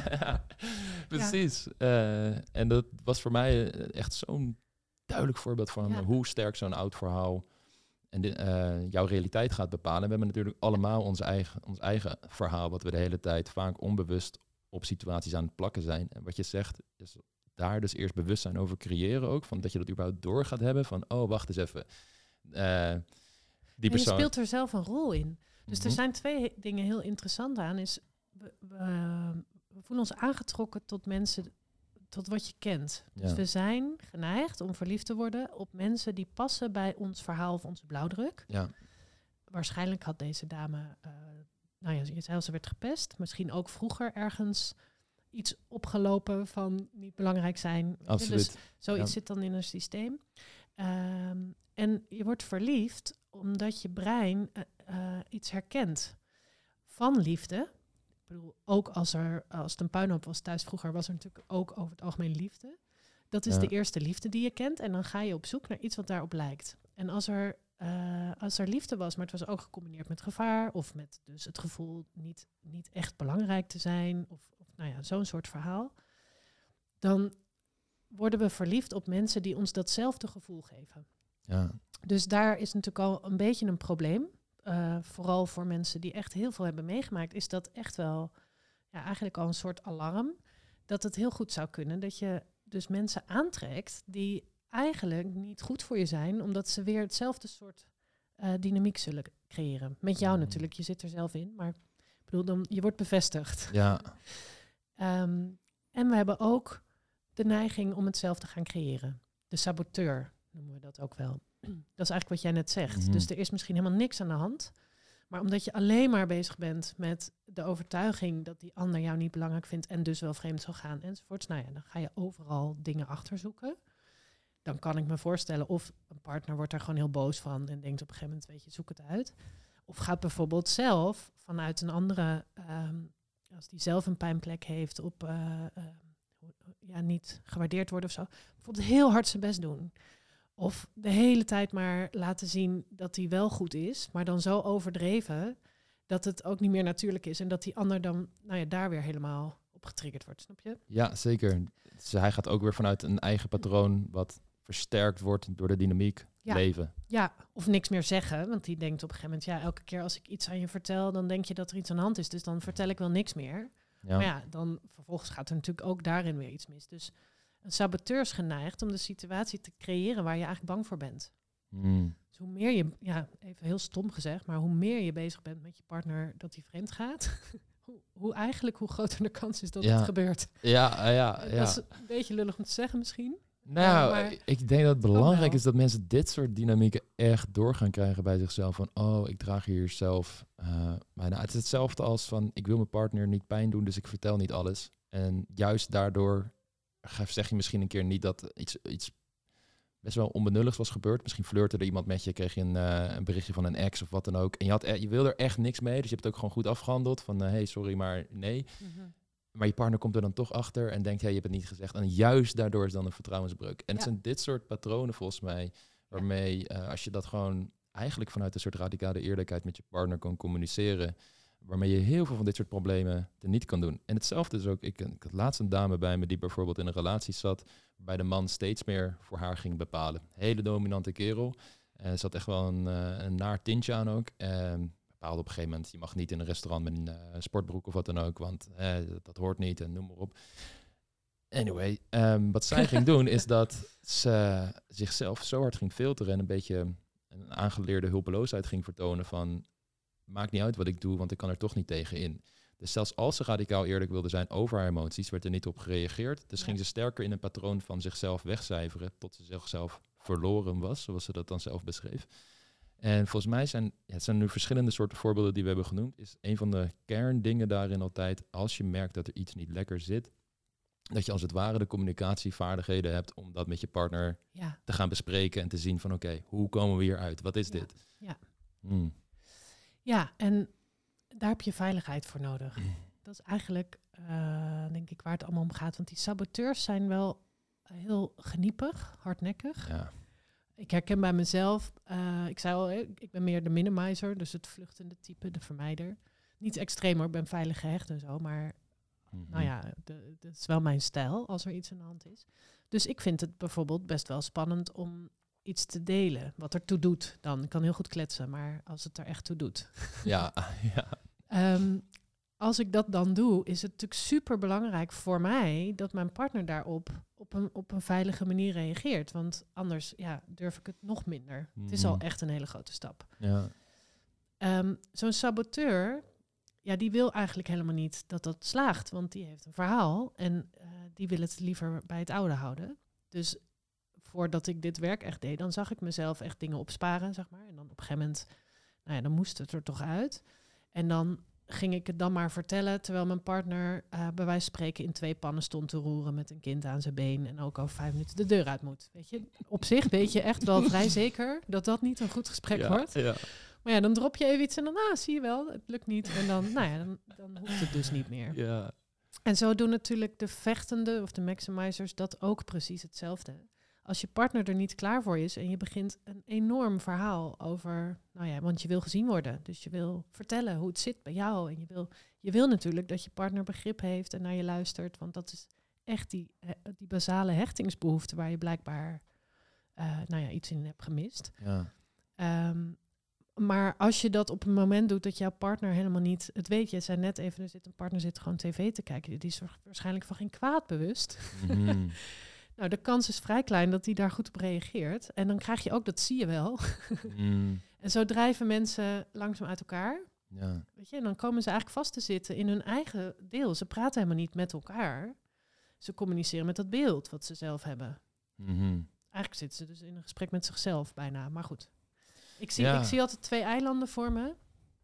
precies. Ja. Uh, en dat was voor mij echt zo'n duidelijk voorbeeld van ja. hoe sterk zo'n oud verhaal en de, uh, jouw realiteit gaat bepalen. En we hebben natuurlijk allemaal ons eigen, ons eigen verhaal, wat we de hele tijd vaak onbewust op situaties aan het plakken zijn. En wat je zegt is daar dus eerst bewustzijn over creëren ook. Van dat je dat überhaupt door gaat hebben. Van, oh, wacht eens even. Uh, die en je speelt er zelf een rol in. Dus mm-hmm. er zijn twee dingen heel interessant aan. Is we, we, we voelen ons aangetrokken tot mensen, tot wat je kent. Dus ja. we zijn geneigd om verliefd te worden op mensen die passen bij ons verhaal of onze blauwdruk. Ja. Waarschijnlijk had deze dame, uh, nou ja, je zei al, ze werd gepest. Misschien ook vroeger ergens iets opgelopen van niet belangrijk zijn. Absoluut. Dus zoiets ja. zit dan in een systeem. Um, en je wordt verliefd omdat je brein uh, uh, iets herkent van liefde. Ik bedoel, ook als, er, als het een puinhoop was thuis vroeger, was er natuurlijk ook over het algemeen liefde. Dat is ja. de eerste liefde die je kent. En dan ga je op zoek naar iets wat daarop lijkt. En als er, uh, als er liefde was, maar het was ook gecombineerd met gevaar, of met dus het gevoel niet, niet echt belangrijk te zijn, of, of nou ja, zo'n soort verhaal, dan worden we verliefd op mensen die ons datzelfde gevoel geven. Ja. Dus daar is natuurlijk al een beetje een probleem. Uh, vooral voor mensen die echt heel veel hebben meegemaakt, is dat echt wel ja, eigenlijk al een soort alarm. Dat het heel goed zou kunnen dat je dus mensen aantrekt die eigenlijk niet goed voor je zijn, omdat ze weer hetzelfde soort uh, dynamiek zullen creëren. Met jou natuurlijk, je zit er zelf in, maar ik bedoel, dan, je wordt bevestigd. Ja. um, en we hebben ook de neiging om het zelf te gaan creëren. De saboteur noemen we dat ook wel. Dat is eigenlijk wat jij net zegt. Mm-hmm. Dus er is misschien helemaal niks aan de hand. Maar omdat je alleen maar bezig bent met de overtuiging dat die ander jou niet belangrijk vindt en dus wel vreemd zal gaan enzovoorts. Nou ja, dan ga je overal dingen achterzoeken. Dan kan ik me voorstellen of een partner wordt daar gewoon heel boos van en denkt op een gegeven moment, weet je, zoek het uit. Of gaat bijvoorbeeld zelf vanuit een andere, um, als die zelf een pijnplek heeft, op uh, uh, ja, niet gewaardeerd worden of zo, bijvoorbeeld heel hard zijn best doen. Of de hele tijd maar laten zien dat hij wel goed is, maar dan zo overdreven dat het ook niet meer natuurlijk is. En dat die ander dan nou ja, daar weer helemaal op getriggerd wordt, snap je? Ja, zeker. Dus hij gaat ook weer vanuit een eigen patroon wat versterkt wordt door de dynamiek ja. leven. Ja, of niks meer zeggen, want die denkt op een gegeven moment, ja, elke keer als ik iets aan je vertel, dan denk je dat er iets aan de hand is. Dus dan vertel ik wel niks meer. Ja. Maar ja, dan vervolgens gaat er natuurlijk ook daarin weer iets mis. Dus een saboteur is geneigd om de situatie te creëren waar je eigenlijk bang voor bent. Mm. Dus hoe meer je, ja, even heel stom gezegd, maar hoe meer je bezig bent met je partner dat hij vreemd gaat, hoe, hoe eigenlijk, hoe groter de kans is dat ja. het gebeurt. Ja, ja, ja. Dat is een beetje lullig om te zeggen misschien. Nou, uh, maar ik denk dat het belangrijk is dat mensen dit soort dynamieken echt door gaan krijgen bij zichzelf. Van, oh, ik draag hier zelf. Uh, maar nou, het is hetzelfde als van, ik wil mijn partner niet pijn doen, dus ik vertel niet alles. En juist daardoor zeg je misschien een keer niet dat iets, iets best wel onbenulligs was gebeurd. Misschien flirte er iemand met je, kreeg je een, uh, een berichtje van een ex of wat dan ook. En je, had, je wil er echt niks mee, dus je hebt het ook gewoon goed afgehandeld. Van, uh, hey, sorry, maar nee. Mm-hmm. Maar je partner komt er dan toch achter en denkt, hey, je hebt het niet gezegd. En juist daardoor is dan een vertrouwensbreuk. En ja. het zijn dit soort patronen volgens mij, waarmee uh, als je dat gewoon eigenlijk vanuit een soort radicale eerlijkheid met je partner kan communiceren, waarmee je heel veel van dit soort problemen er niet kan doen. En hetzelfde is ook, ik, ik had laatst een dame bij me die bijvoorbeeld in een relatie zat, waarbij de man steeds meer voor haar ging bepalen. Hele dominante kerel. Er uh, zat echt wel een, uh, een naar tintje aan ook. Uh, bepaalde op een gegeven moment, je mag niet in een restaurant met een uh, sportbroek of wat dan ook, want uh, dat, dat hoort niet en noem maar op. Anyway, um, wat zij ging doen is dat ze zichzelf zo hard ging filteren en een beetje een aangeleerde hulpeloosheid ging vertonen van, maakt niet uit wat ik doe, want ik kan er toch niet tegen in. Dus zelfs als ze radicaal eerlijk wilde zijn over haar emoties, werd er niet op gereageerd. Dus ja. ging ze sterker in een patroon van zichzelf wegcijferen, tot ze zichzelf verloren was, zoals ze dat dan zelf beschreef. En volgens mij zijn, ja, het zijn nu verschillende soorten voorbeelden die we hebben genoemd. Is een van de kerndingen daarin altijd, als je merkt dat er iets niet lekker zit, dat je als het ware de communicatievaardigheden hebt om dat met je partner ja. te gaan bespreken en te zien van oké, okay, hoe komen we hier uit? Wat is ja. dit? Ja. Hmm. ja, en daar heb je veiligheid voor nodig. Dat is eigenlijk, uh, denk ik, waar het allemaal om gaat. Want die saboteurs zijn wel heel geniepig, hardnekkig. Ja. Ik herken bij mezelf, uh, ik zei al, ik ben meer de minimizer, dus het vluchtende type, de vermijder. Niet extreem hoor, ik ben veilig gehecht en zo, maar mm-hmm. nou ja, dat is wel mijn stijl als er iets aan de hand is. Dus ik vind het bijvoorbeeld best wel spannend om iets te delen, wat er toe doet dan. Ik kan heel goed kletsen, maar als het er echt toe doet. Ja, ja. Um, als ik dat dan doe, is het natuurlijk super belangrijk voor mij dat mijn partner daarop op een, op een veilige manier reageert. Want anders ja, durf ik het nog minder. Mm. Het is al echt een hele grote stap. Ja. Um, zo'n saboteur, ja, die wil eigenlijk helemaal niet dat dat slaagt. Want die heeft een verhaal en uh, die wil het liever bij het oude houden. Dus voordat ik dit werk echt deed, dan zag ik mezelf echt dingen opsparen, zeg maar. En dan op een gegeven moment, nou ja, dan moest het er toch uit. En dan ging ik het dan maar vertellen, terwijl mijn partner uh, bij wijze van spreken in twee pannen stond te roeren met een kind aan zijn been en ook over vijf minuten de deur uit moet. Weet je, op zich weet je echt wel vrij zeker dat dat niet een goed gesprek ja, wordt. Ja. Maar ja, dan drop je even iets en dan, ah, zie je wel, het lukt niet. En dan, nou ja, dan, dan hoeft het dus niet meer. Ja. En zo doen natuurlijk de vechtende of de maximizers dat ook precies hetzelfde. als je partner er niet klaar voor is en je begint een enorm verhaal over, nou ja, want je wil gezien worden. Dus je wil vertellen hoe het zit bij jou. En je wil, je wil natuurlijk dat je partner begrip heeft en naar je luistert. Want dat is echt die, die basale hechtingsbehoefte waar je blijkbaar uh, nou ja, iets in hebt gemist. Ja. Um, maar als je dat op een moment doet dat jouw partner helemaal niet het weet. Je zei net even, er zit een partner zit gewoon tv te kijken. Die is waarschijnlijk van geen kwaad bewust. Mm-hmm. Nou, de kans is vrij klein dat die daar goed op reageert. En dan krijg je ook, dat zie je wel. mm. En zo drijven mensen langzaam uit elkaar. Ja. Weet je, en dan komen ze eigenlijk vast te zitten in hun eigen deel. Ze praten helemaal niet met elkaar. Ze communiceren met dat beeld wat ze zelf hebben. Mm-hmm. Eigenlijk zitten ze dus in een gesprek met zichzelf bijna. Maar goed. Ik zie, Ja. ik zie altijd twee eilanden voor me.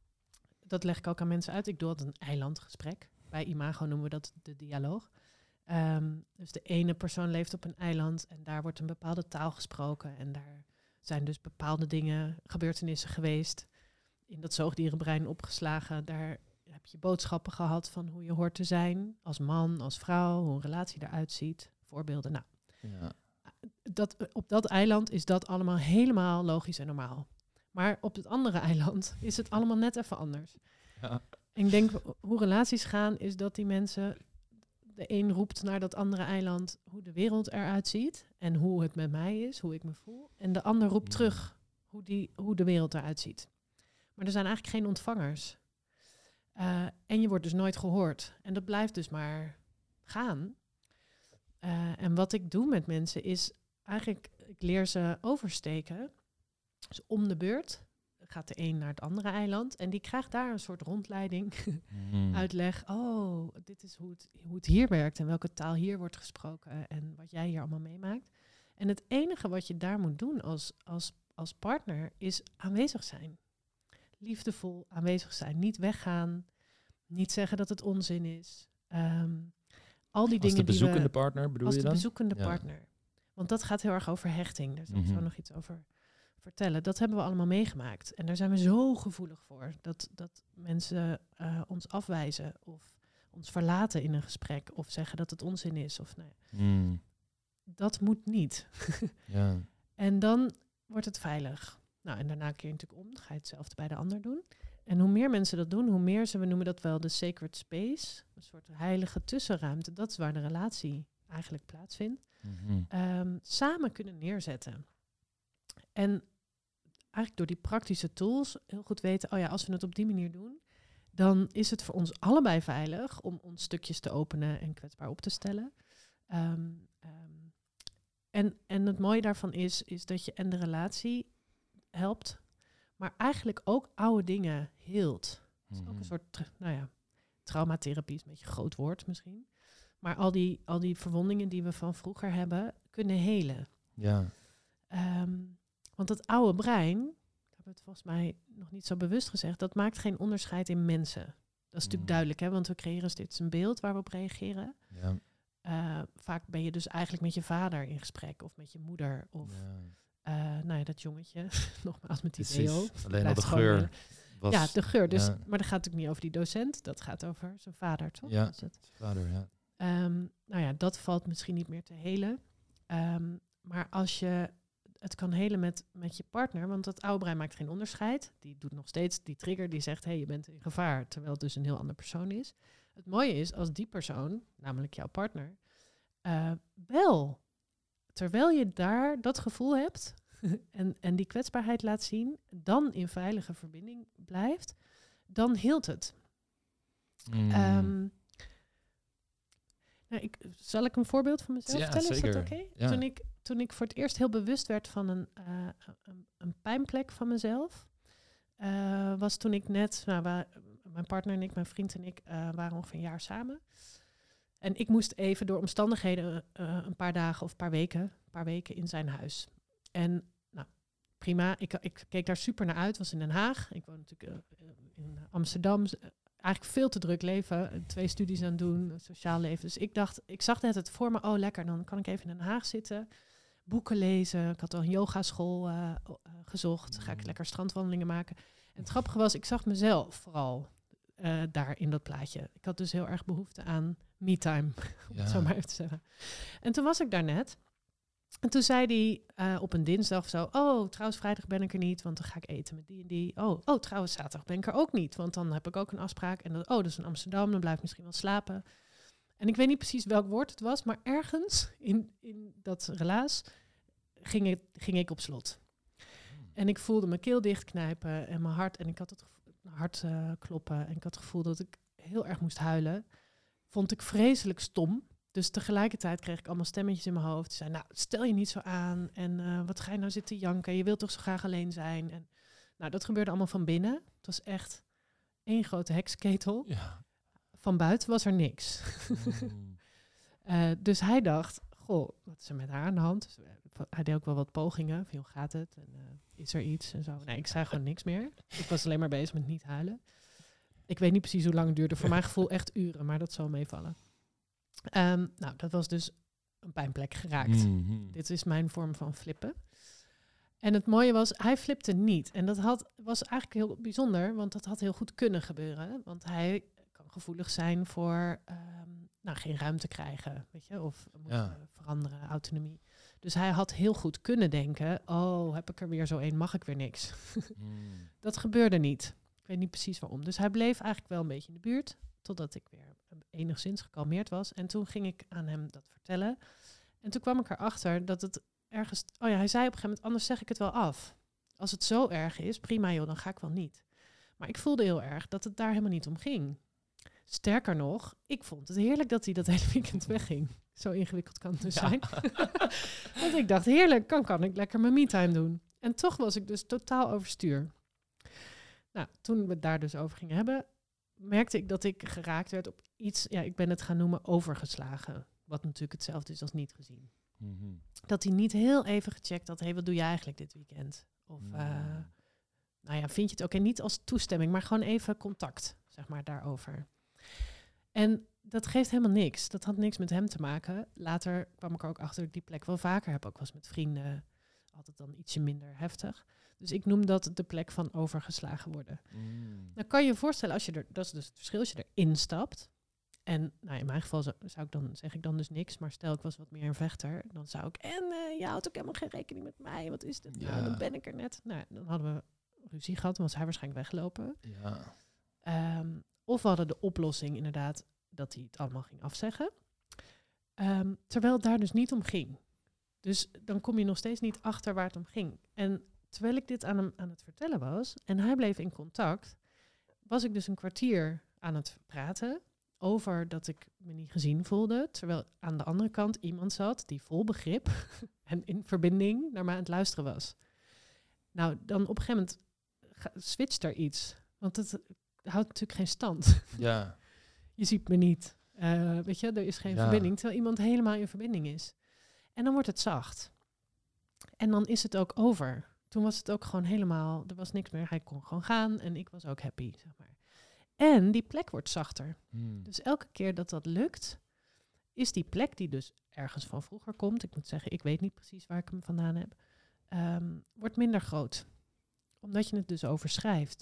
Dat leg ik ook aan mensen uit. Ik doe altijd een eilandgesprek. Bij Imago noemen we dat de dialoog. Um, dus de ene persoon leeft op een eiland en daar wordt een bepaalde taal gesproken. En daar zijn dus bepaalde dingen, gebeurtenissen geweest. In dat zoogdierenbrein opgeslagen. Daar heb je boodschappen gehad van hoe je hoort te zijn. Als man, als vrouw, hoe een relatie eruit ziet. Voorbeelden. Nou, Ja. dat, op dat eiland is dat allemaal helemaal logisch en normaal. Maar op het andere eiland is het allemaal net even anders. Ja. En ik denk, hoe relaties gaan, is dat die mensen... De een roept naar dat andere eiland hoe de wereld eruit ziet. En hoe het met mij is, hoe ik me voel. En de ander roept terug hoe, die, hoe de wereld eruit ziet. Maar er zijn eigenlijk geen ontvangers. Uh, en je wordt dus nooit gehoord. En dat blijft dus maar gaan. Uh, en wat ik doe met mensen is eigenlijk, ik leer ze oversteken. Dus om de beurt gaat de een naar het andere eiland. En die krijgt daar een soort rondleiding, mm. uitleg. Oh, dit is hoe het, hoe het hier werkt en welke taal hier wordt gesproken en wat jij hier allemaal meemaakt. En het enige wat je daar moet doen als, als, als partner is aanwezig zijn. Liefdevol aanwezig zijn. Niet weggaan. Niet zeggen dat het onzin is. Um, al die als dingen de bezoekende die we, partner bedoel als je de dan? bezoekende ja. partner. Want dat gaat heel erg over hechting. Daar zal ik mm-hmm. zo nog iets over vertellen. Dat hebben we allemaal meegemaakt. En daar zijn we zo gevoelig voor. Dat, dat mensen uh, ons afwijzen of ons verlaten in een gesprek. Of zeggen dat het onzin is. Of, nou ja. mm. Dat moet niet. ja. En dan wordt het veilig. Nou, en daarna keer je natuurlijk om. Dan ga je hetzelfde bij de ander doen. En hoe meer mensen dat doen, hoe meer ze, we noemen dat wel de sacred space. Een soort heilige tussenruimte. Dat is waar de relatie eigenlijk plaatsvindt. Mm-hmm. Um, samen kunnen neerzetten. En eigenlijk door die praktische tools heel goed weten, oh ja, als we het op die manier doen, dan is het voor ons allebei veilig om ons stukjes te openen en kwetsbaar op te stellen. Um, um, en, en het mooie daarvan is, is dat je en de relatie helpt, maar eigenlijk ook oude dingen heelt. Het is ook een soort, tra- nou ja, traumatherapie is een beetje een groot woord misschien. Maar al die, al die verwondingen die we van vroeger hebben, kunnen helen. Ja. Um, want het oude brein, daar hebben we het volgens mij nog niet zo bewust gezegd, dat maakt geen onderscheid in mensen. Dat is natuurlijk mm. duidelijk, hè, want we creëren steeds een beeld waar we op reageren. Ja. Uh, vaak ben je dus eigenlijk met je vader in gesprek of met je moeder. Of ja. Uh, nou ja, dat jongetje, nogmaals met die deo. Alleen al de geur. Was, ja, de geur. Dus, ja. Maar dat gaat natuurlijk niet over die docent. Dat gaat over zijn vader, toch? Ja, is het? vader, ja. Um, nou ja, dat valt misschien niet meer te helen. Um, maar als je het kan helen met, met je partner, want dat oude brein maakt geen onderscheid. Die doet nog steeds die trigger die zegt, hé, hey, je bent in gevaar, terwijl het dus een heel andere persoon is. Het mooie is, als die persoon, namelijk jouw partner, uh, wel, terwijl je daar dat gevoel hebt en, en die kwetsbaarheid laat zien, dan in veilige verbinding blijft, dan heelt het. Mm. Um, nou, ik, zal ik een voorbeeld van mezelf ja, vertellen? Zeker. Is dat oké? Okay? Ja. Toen ik Toen ik voor het eerst heel bewust werd van een, uh, een, een pijnplek van mezelf, uh, was toen ik net, nou, waar, mijn partner en ik, mijn vriend en ik, uh, waren ongeveer een jaar samen. En ik moest even door omstandigheden uh, een paar dagen of een paar weken, een paar weken in zijn huis. En nou, prima, ik, ik keek daar super naar uit, was in Den Haag. Ik woon natuurlijk uh, in Amsterdam. Eigenlijk veel te druk leven, twee studies aan doen, sociaal leven. Dus ik dacht, ik zag net het voor me, oh lekker, dan kan ik even in Den Haag zitten, boeken lezen. Ik had al een yogaschool uh, uh, gezocht, ga ik lekker strandwandelingen maken. En het grappige was, ik zag mezelf vooral uh, daar in dat plaatje. Ik had dus heel erg behoefte aan me-time, om ja. het zo maar even te zeggen. En toen was ik daar net En toen zei hij uh, op een dinsdag of zo... oh, trouwens vrijdag ben ik er niet, want dan ga ik eten met die en die. Oh, oh trouwens zaterdag ben ik er ook niet, want dan heb ik ook een afspraak. En dan, oh, dat is in Amsterdam, dan blijf ik misschien wel slapen. En ik weet niet precies welk woord het was... maar ergens in, in dat relaas ging ik, ging ik op slot. En ik voelde mijn keel dichtknijpen en mijn hart... en ik had het hart uh, kloppen en ik had het gevoel dat ik heel erg moest huilen. Vond ik vreselijk stom... Dus tegelijkertijd kreeg ik allemaal stemmetjes in mijn hoofd. Die zeiden, nou, stel je niet zo aan. En uh, wat ga je nou zitten janken? Je wilt toch zo graag alleen zijn? En nou, dat gebeurde allemaal van binnen. Het was echt één grote heksenketel. Ja. Van buiten was er niks. Mm. uh, dus hij dacht, goh, wat is er met haar aan de hand? Dus, uh, hij deed ook wel wat pogingen. Van, hoe gaat het? En, uh, is er iets? En zo. Nee, ik zei gewoon niks meer. Ik was alleen maar bezig met niet huilen. Ik weet niet precies hoe lang het duurde. Voor mijn gevoel echt uren, maar dat zal meevallen. Um, nou, dat was dus een pijnplek geraakt. Mm-hmm. Dit is mijn vorm van flippen. En het mooie was, hij flipte niet. En dat had, was eigenlijk heel bijzonder, want dat had heel goed kunnen gebeuren. Want hij kan gevoelig zijn voor um, nou, geen ruimte krijgen, weet je, of ja. veranderen, autonomie. Dus hij had heel goed kunnen denken, oh, heb ik er weer zo een, mag ik weer niks. mm. Dat gebeurde niet. Ik weet niet precies waarom. Dus hij bleef eigenlijk wel een beetje in de buurt, totdat ik weer enigszins gekalmeerd was. En toen ging ik aan hem dat vertellen. En toen kwam ik erachter dat het ergens... Oh ja, hij zei op een gegeven moment, anders zeg ik het wel af. Als het zo erg is, prima joh, dan ga ik wel niet. Maar ik voelde heel erg dat het daar helemaal niet om ging. Sterker nog, ik vond het heerlijk dat hij dat hele weekend wegging. Zo ingewikkeld kan het dus ja. zijn. Want ik dacht, heerlijk, dan kan ik lekker mijn me-time doen. En toch was ik dus totaal overstuur. Nou, toen we het daar dus over gingen hebben... merkte ik dat ik geraakt werd op iets, ja, ik ben het gaan noemen overgeslagen. Wat natuurlijk hetzelfde is als niet gezien. Mm-hmm. Dat hij niet heel even gecheckt had, hé, hey, wat doe je eigenlijk dit weekend? Of, mm. uh, nou ja, vind je het ook? En niet als toestemming, maar gewoon even contact, zeg maar, daarover. En dat geeft helemaal niks. Dat had niks met hem te maken. Later kwam ik er ook achter dat ik die plek wel vaker heb. Ook wel eens met vrienden, altijd dan ietsje minder heftig. Dus ik noem dat de plek van overgeslagen worden. Mm. Dan kan je je voorstellen, als je er, dat is dus het verschil, als je erin stapt. En nou, in mijn geval zou, zou ik dan, zeg ik dan dus niks. Maar stel ik was wat meer een vechter, dan zou ik... En uh, je houdt ook helemaal geen rekening met mij. Wat is dit? Ja. Nou, dan ben ik er net. Nou, dan hadden we ruzie gehad, dan was hij waarschijnlijk weggelopen. Ja. Um, of we hadden de oplossing inderdaad dat hij het allemaal ging afzeggen. Um, terwijl het daar dus niet om ging. Dus dan kom je nog steeds niet achter waar het om ging. En terwijl ik dit aan hem aan het vertellen was en hij bleef in contact, was ik dus een kwartier aan het praten over dat ik me niet gezien voelde. Terwijl aan de andere kant iemand zat die vol begrip en in verbinding naar mij aan het luisteren was. Nou, dan op een gegeven moment ga, switcht er iets. Want het houdt natuurlijk geen stand. Ja. Je ziet me niet. Uh, weet je, er is geen ja. verbinding. Terwijl iemand helemaal in verbinding is. En dan wordt het zacht. En dan is het ook over. Toen was het ook gewoon helemaal... Er was niks meer. Hij kon gewoon gaan. En ik was ook happy, zeg maar. En die plek wordt zachter. Hmm. Dus elke keer dat dat lukt... is die plek die dus ergens van vroeger komt... Ik moet zeggen, ik weet niet precies waar ik hem vandaan heb... Um, wordt minder groot. Omdat je het dus overschrijft.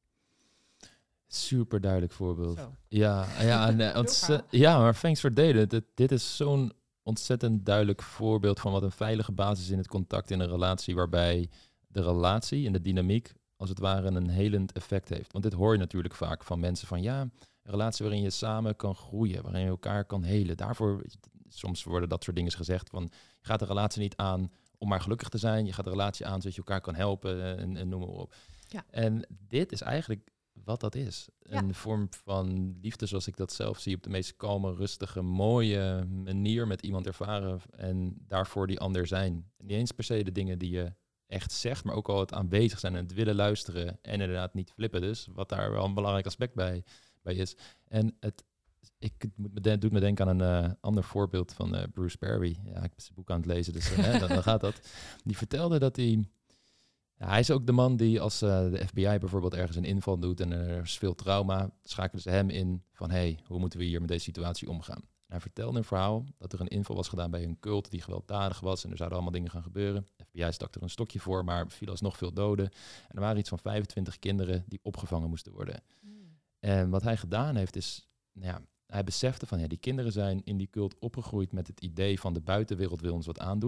Super duidelijk voorbeeld. Zo. Ja, ja, nee, ontze- ja, maar thanks for delen. Dit, dit is zo'n ontzettend duidelijk voorbeeld van wat een veilige basis in het contact in een relatie, waarbij de relatie en de dynamiek als het ware een helend effect heeft. Want dit hoor je natuurlijk vaak van mensen van ja, een relatie waarin je samen kan groeien, waarin je elkaar kan helen. Daarvoor, soms worden dat soort dingen gezegd van je gaat de relatie niet aan om maar gelukkig te zijn. Je gaat de relatie aan zodat je elkaar kan helpen en, en noem maar op. Ja. En dit is eigenlijk wat dat is. Ja. Een vorm van liefde zoals ik dat zelf zie, op de meest kalme, rustige, mooie manier met iemand ervaren en daarvoor die ander zijn. Niet eens per se de dingen die je echt zegt, maar ook al het aanwezig zijn en het willen luisteren en inderdaad niet flippen dus, wat daar wel een belangrijk aspect bij, bij is. En het Ik het moet me de, doet me denken aan een uh, ander voorbeeld van uh, Bruce Perry. Ja, ik ben zijn boek aan het lezen, dus uh, hè, dan, dan gaat dat. Die vertelde dat hij... Ja, hij is ook de man die als uh, de F B I bijvoorbeeld ergens een inval doet en er is veel trauma, schakelen ze hem in van hey, hoe moeten we hier met deze situatie omgaan? En hij vertelde een verhaal dat er een inval was gedaan bij een cult die gewelddadig was en er zouden allemaal dingen gaan gebeuren. De F B I stak er een stokje voor, maar er vielen alsnog veel doden. En er waren iets van vijfentwintig kinderen die opgevangen moesten worden. Mm. En wat hij gedaan heeft is... Nou ja, hij besefte van, ja, die kinderen zijn in die cult opgegroeid met het idee van de buitenwereld wil ons wat aandoen. Dat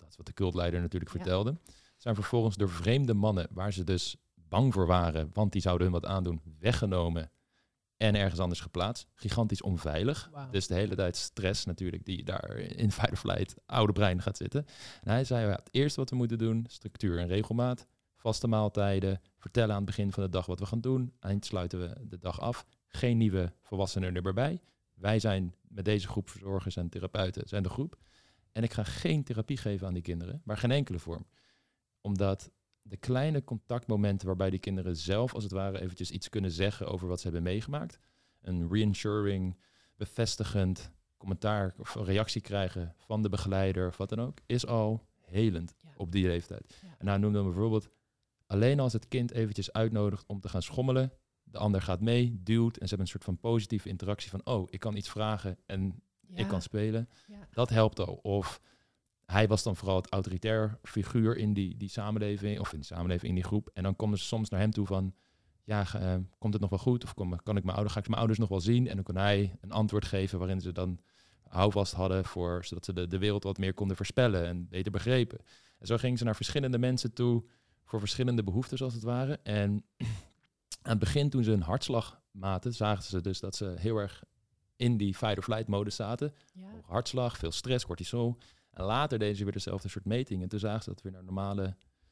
Dat is wat de cultleider natuurlijk Ja. vertelde. Zijn vervolgens door vreemde mannen, waar ze dus bang voor waren, want die zouden hun wat aandoen, weggenomen en ergens anders geplaatst. Gigantisch onveilig. Wauw. Dus de hele tijd stress natuurlijk, die daar in fight or flight oude brein gaat zitten. En hij zei, ja, het eerste wat we moeten doen, structuur en regelmaat, vaste maaltijden, vertellen aan het begin van de dag wat we gaan doen. Eind sluiten we de dag af. Geen nieuwe volwassenen er meer bij. Wij zijn met deze groep verzorgers en therapeuten zijn de groep. En ik ga geen therapie geven aan die kinderen, maar geen enkele vorm. Omdat de kleine contactmomenten waarbij die kinderen zelf als het ware eventjes iets kunnen zeggen over wat ze hebben meegemaakt. Een reassuring, bevestigend commentaar of reactie krijgen van de begeleider of wat dan ook, is al helend Ja. op die leeftijd. Ja. En nou noemde hem bijvoorbeeld alleen als het kind eventjes uitnodigt om te gaan schommelen, de ander gaat mee, duwt en ze hebben een soort van positieve interactie van oh, ik kan iets vragen en Ja. ik kan spelen. Ja. Dat helpt al. Of hij was dan vooral het autoritair figuur in die, die samenleving, of in die samenleving, in die groep. En dan komen ze soms naar hem toe van, ja, uh, komt het nog wel goed? Of kom, kan ik mijn ouders, ga ik mijn ouders nog wel zien? En dan kon hij een antwoord geven waarin ze dan houvast hadden voor, zodat ze de, de wereld wat meer konden voorspellen en beter begrepen. En zo gingen ze naar verschillende mensen toe voor verschillende behoeftes als het ware. En aan het begin, toen ze een hartslag maten, zagen ze dus dat ze heel erg in die fight-or-flight modus zaten. Ja. Hoge hartslag, veel stress, cortisol. En later deden ze weer dezelfde soort meting. En toen zagen ze dat het weer naar normale,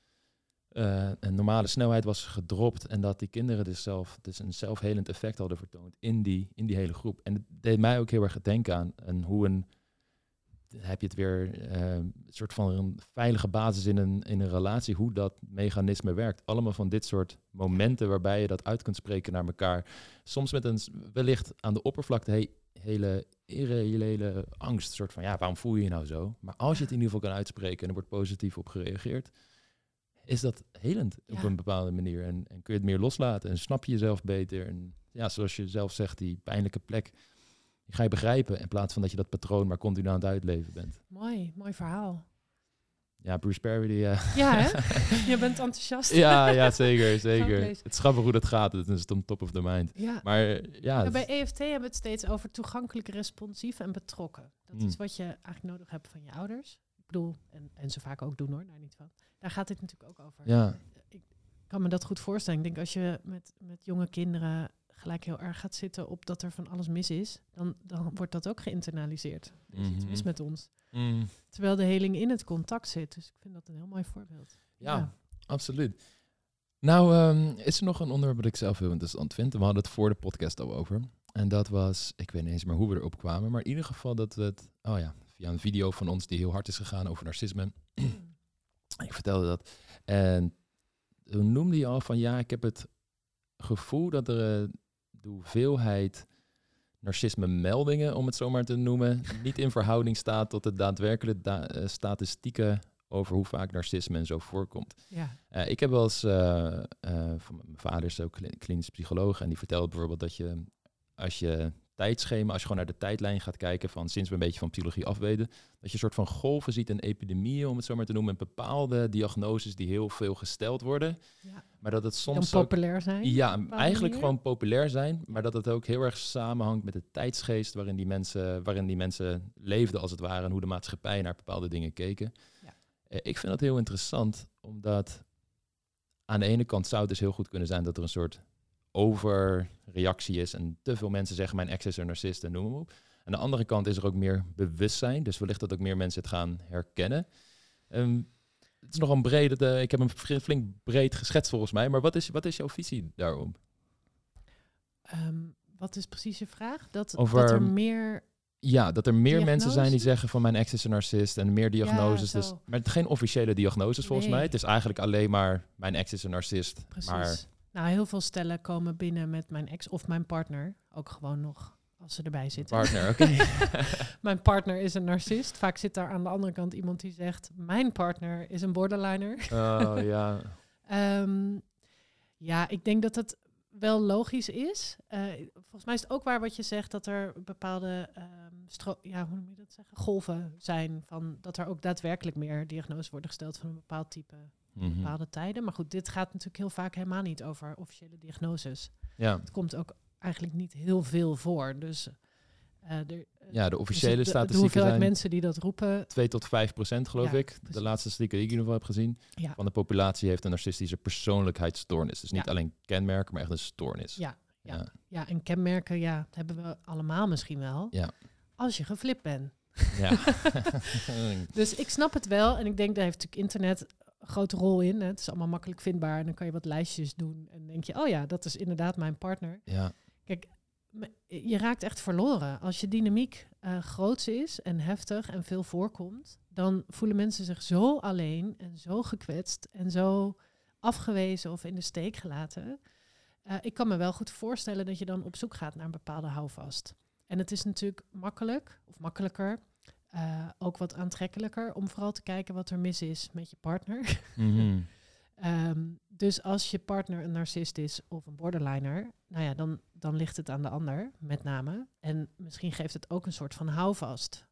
uh, een normale snelheid was gedropt. En dat die kinderen dus zelf dus een zelfhelend effect hadden vertoond in die, in die hele groep. En het deed mij ook heel erg denken aan en hoe een, heb je het weer, uh, een soort van een veilige basis in een, in een relatie, hoe dat mechanisme werkt. Allemaal van dit soort momenten waarbij je dat uit kunt spreken naar elkaar. Soms met een wellicht aan de oppervlakte he, hele irreële angst. Een soort van, ja, waarom voel je je nou zo? Maar als je het in ieder geval kan uitspreken en er wordt positief op gereageerd, is dat helend Ja. op een bepaalde manier. En, en kun je het meer loslaten en snap je jezelf beter. En ja, zoals je zelf zegt, die pijnlijke plek, die ga je begrijpen in plaats van dat je dat patroon maar continu aan het uitleven bent. Mooi, mooi verhaal. Ja, Bruce Perry, die... Uh, Ja, hè? Je bent enthousiast. ja, ja, zeker, Ga zeker. ik lezen. Het is grappig hoe dat gaat. Het is on top of the mind. Ja. Maar ja... Ja, bij E F T hebben we het steeds over toegankelijk, responsief en betrokken. Dat Mm. is wat je eigenlijk nodig hebt van je ouders. Ik bedoel, en, en ze vaak ook doen hoor, daar niet van. Daar gaat dit natuurlijk ook over. Ja, Ik kan me dat goed voorstellen. Ik denk als je met, met jonge kinderen gelijk heel erg gaat zitten op dat er van alles mis is, dan, dan wordt dat ook geïnternaliseerd. Er is iets Mhm. mis met ons. mm, Terwijl de heling in het contact zit. Dus ik vind dat een heel mooi voorbeeld. ja, absoluut. Nou, um, is er nog een onderwerp dat ik zelf heel interessant vind? We hadden het voor de podcast al over. En dat was, ik weet niet eens meer hoe we erop kwamen, maar in ieder geval dat we het, oh ja, via een video van ons die heel hard is gegaan over narcisme. Ik vertelde dat. En toen noemde je al van, ja, ik heb het gevoel dat er uh, de hoeveelheid narcisme meldingen, om het zo maar te noemen, niet in verhouding staat tot de daadwerkelijke da- uh, statistieken over hoe vaak narcisme en zo voorkomt. Ja. Uh, ik heb wel eens, uh, uh, van mijn vader is ook kli- klinisch psycholoog en die vertelde bijvoorbeeld dat je, als je tijdschema, als je gewoon naar de tijdlijn gaat kijken van sinds we een beetje van psychologie afweten, dat je een soort van golven ziet in epidemieën, om het zo maar te noemen, en bepaalde diagnoses die heel veel gesteld worden, Ja. maar dat het Dan soms ook... populair zijn. Ja, op een bepaalde eigenlijk manier. gewoon populair zijn, maar dat het ook heel erg samenhangt met de tijdsgeest waarin die mensen, waarin die mensen leefden als het ware en hoe de maatschappij naar bepaalde dingen keken. Ja. Uh, ik vind dat heel interessant, omdat aan de ene kant zou het dus heel goed kunnen zijn dat er een soort overreactie is en te veel mensen zeggen mijn ex is een narcist en noem maar op. Aan de andere kant is er ook meer bewustzijn, dus wellicht dat ook meer mensen het gaan herkennen. Um, het is nogal een brede, uh, ik heb hem fr- flink breed geschetst volgens mij, maar wat is, wat is jouw visie daarop? Um, wat is precies je vraag? Dat, Over- dat er meer... Ja, dat er meer mensen zijn die Diagnoses? zeggen van mijn ex is een narcist en meer diagnoses. Ja, dus, zo. maar het geen officiële diagnoses volgens Nee. mij. Het is eigenlijk alleen maar mijn ex is een narcist. Precies. Maar Nou, heel veel stellen komen binnen met mijn ex of mijn partner. Ook gewoon nog als ze erbij zitten. partner, oké. Mijn partner is een narcist. Vaak zit daar aan de andere kant iemand die zegt... mijn partner is een borderliner. Oh ja. Um, ja, ik denk dat het wel logisch is. Uh, volgens mij is het ook waar wat je zegt... dat er bepaalde um, stro- ja, hoe noem je dat zeggen? golven zijn. Van dat er ook daadwerkelijk meer diagnoses worden gesteld... van een bepaald type, Mhm. bepaalde tijden. Maar goed, dit gaat natuurlijk heel vaak helemaal niet over officiële diagnoses. Ja. Het komt ook eigenlijk niet heel veel voor. Dus Uh, er, ja, de officiële dus statistieken de hoeveelheid zijn mensen die dat roepen. twee tot vijf procent geloof ja, ik. Precies. De laatste statistieken die ik in ieder geval heb gezien. Ja. Van de populatie heeft een narcistische persoonlijkheidsstoornis. Dus niet ja. alleen kenmerken, maar echt een stoornis. Ja, ja. ja. ja en kenmerken ja, hebben we allemaal misschien wel. Ja. Als je geflipt bent. Ja. Dus ik snap het wel. En ik denk, daar heeft natuurlijk internet een grote rol in. Hè. Het is allemaal makkelijk vindbaar. En dan kan je wat lijstjes doen. En denk je, oh ja, dat is inderdaad mijn partner. Ja. Kijk, je raakt echt verloren. Als je dynamiek uh, groots is en heftig en veel voorkomt, dan voelen mensen zich zo alleen en zo gekwetst en zo afgewezen of in de steek gelaten. Uh, ik kan me wel goed voorstellen dat je dan op zoek gaat naar een bepaalde houvast. En het is natuurlijk makkelijk of makkelijker, uh, ook wat aantrekkelijker, om vooral te kijken wat er mis is met je partner. Mm-hmm. Um, dus als je partner een narcist is of een borderliner, nou ja, dan, dan ligt het aan de ander, met name. En misschien geeft het ook een soort van houvast.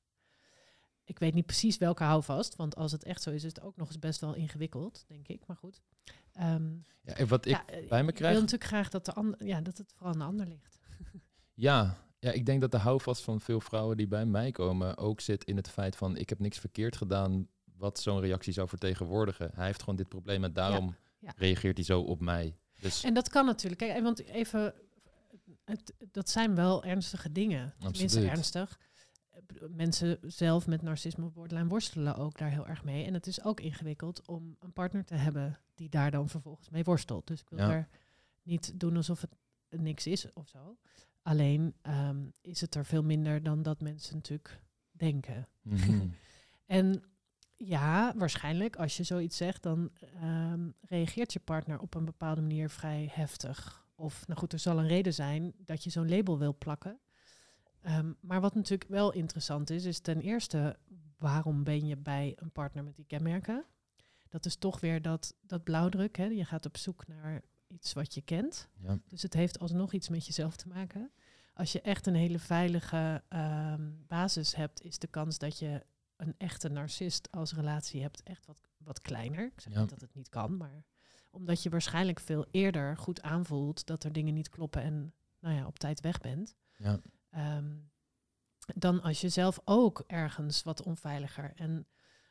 Ik weet niet precies welke houvast, want als het echt zo is, is het ook nog eens best wel ingewikkeld, denk ik. Maar goed. Um, ja, en wat ik ja, bij me krijg... Ik wil natuurlijk graag dat, de ander, ja, dat het vooral aan de ander ligt. ja, ja, ik denk dat de houvast van veel vrouwen die bij mij komen ook zit in het feit van ik heb niks verkeerd gedaan wat zo'n reactie zou vertegenwoordigen. Hij heeft gewoon dit probleem en daarom ja, ja. reageert hij zo op mij. Dus en dat kan natuurlijk. Kijk, want even, het, dat zijn wel ernstige dingen. Tenminste ernstig. Mensen zelf met narcisme of borderline worstelen ook daar heel erg mee. En het is ook ingewikkeld om een partner te hebben die daar dan vervolgens mee worstelt. Dus ik wil ja. daar niet doen alsof het niks is of zo. Alleen um, is het er veel minder dan dat mensen natuurlijk denken. Mm-hmm. En ja, waarschijnlijk als je zoiets zegt, dan um, reageert je partner op een bepaalde manier vrij heftig. Of, nou goed, er zal een reden zijn dat je zo'n label wil plakken. Um, maar wat natuurlijk wel interessant is, is ten eerste, waarom ben je bij een partner met die kenmerken? Dat is toch weer dat, dat blauwdruk, hè? Je gaat op zoek naar iets wat je kent. Ja. Dus het heeft alsnog iets met jezelf te maken. Als je echt een hele veilige um, basis hebt, is de kans dat je een echte narcist als relatie hebt echt wat, wat kleiner. Ik zeg ja. niet dat het niet kan, maar omdat je waarschijnlijk veel eerder goed aanvoelt dat er dingen niet kloppen en nou ja, op tijd weg bent. Ja. Um, dan als je zelf ook ergens wat onveiliger. En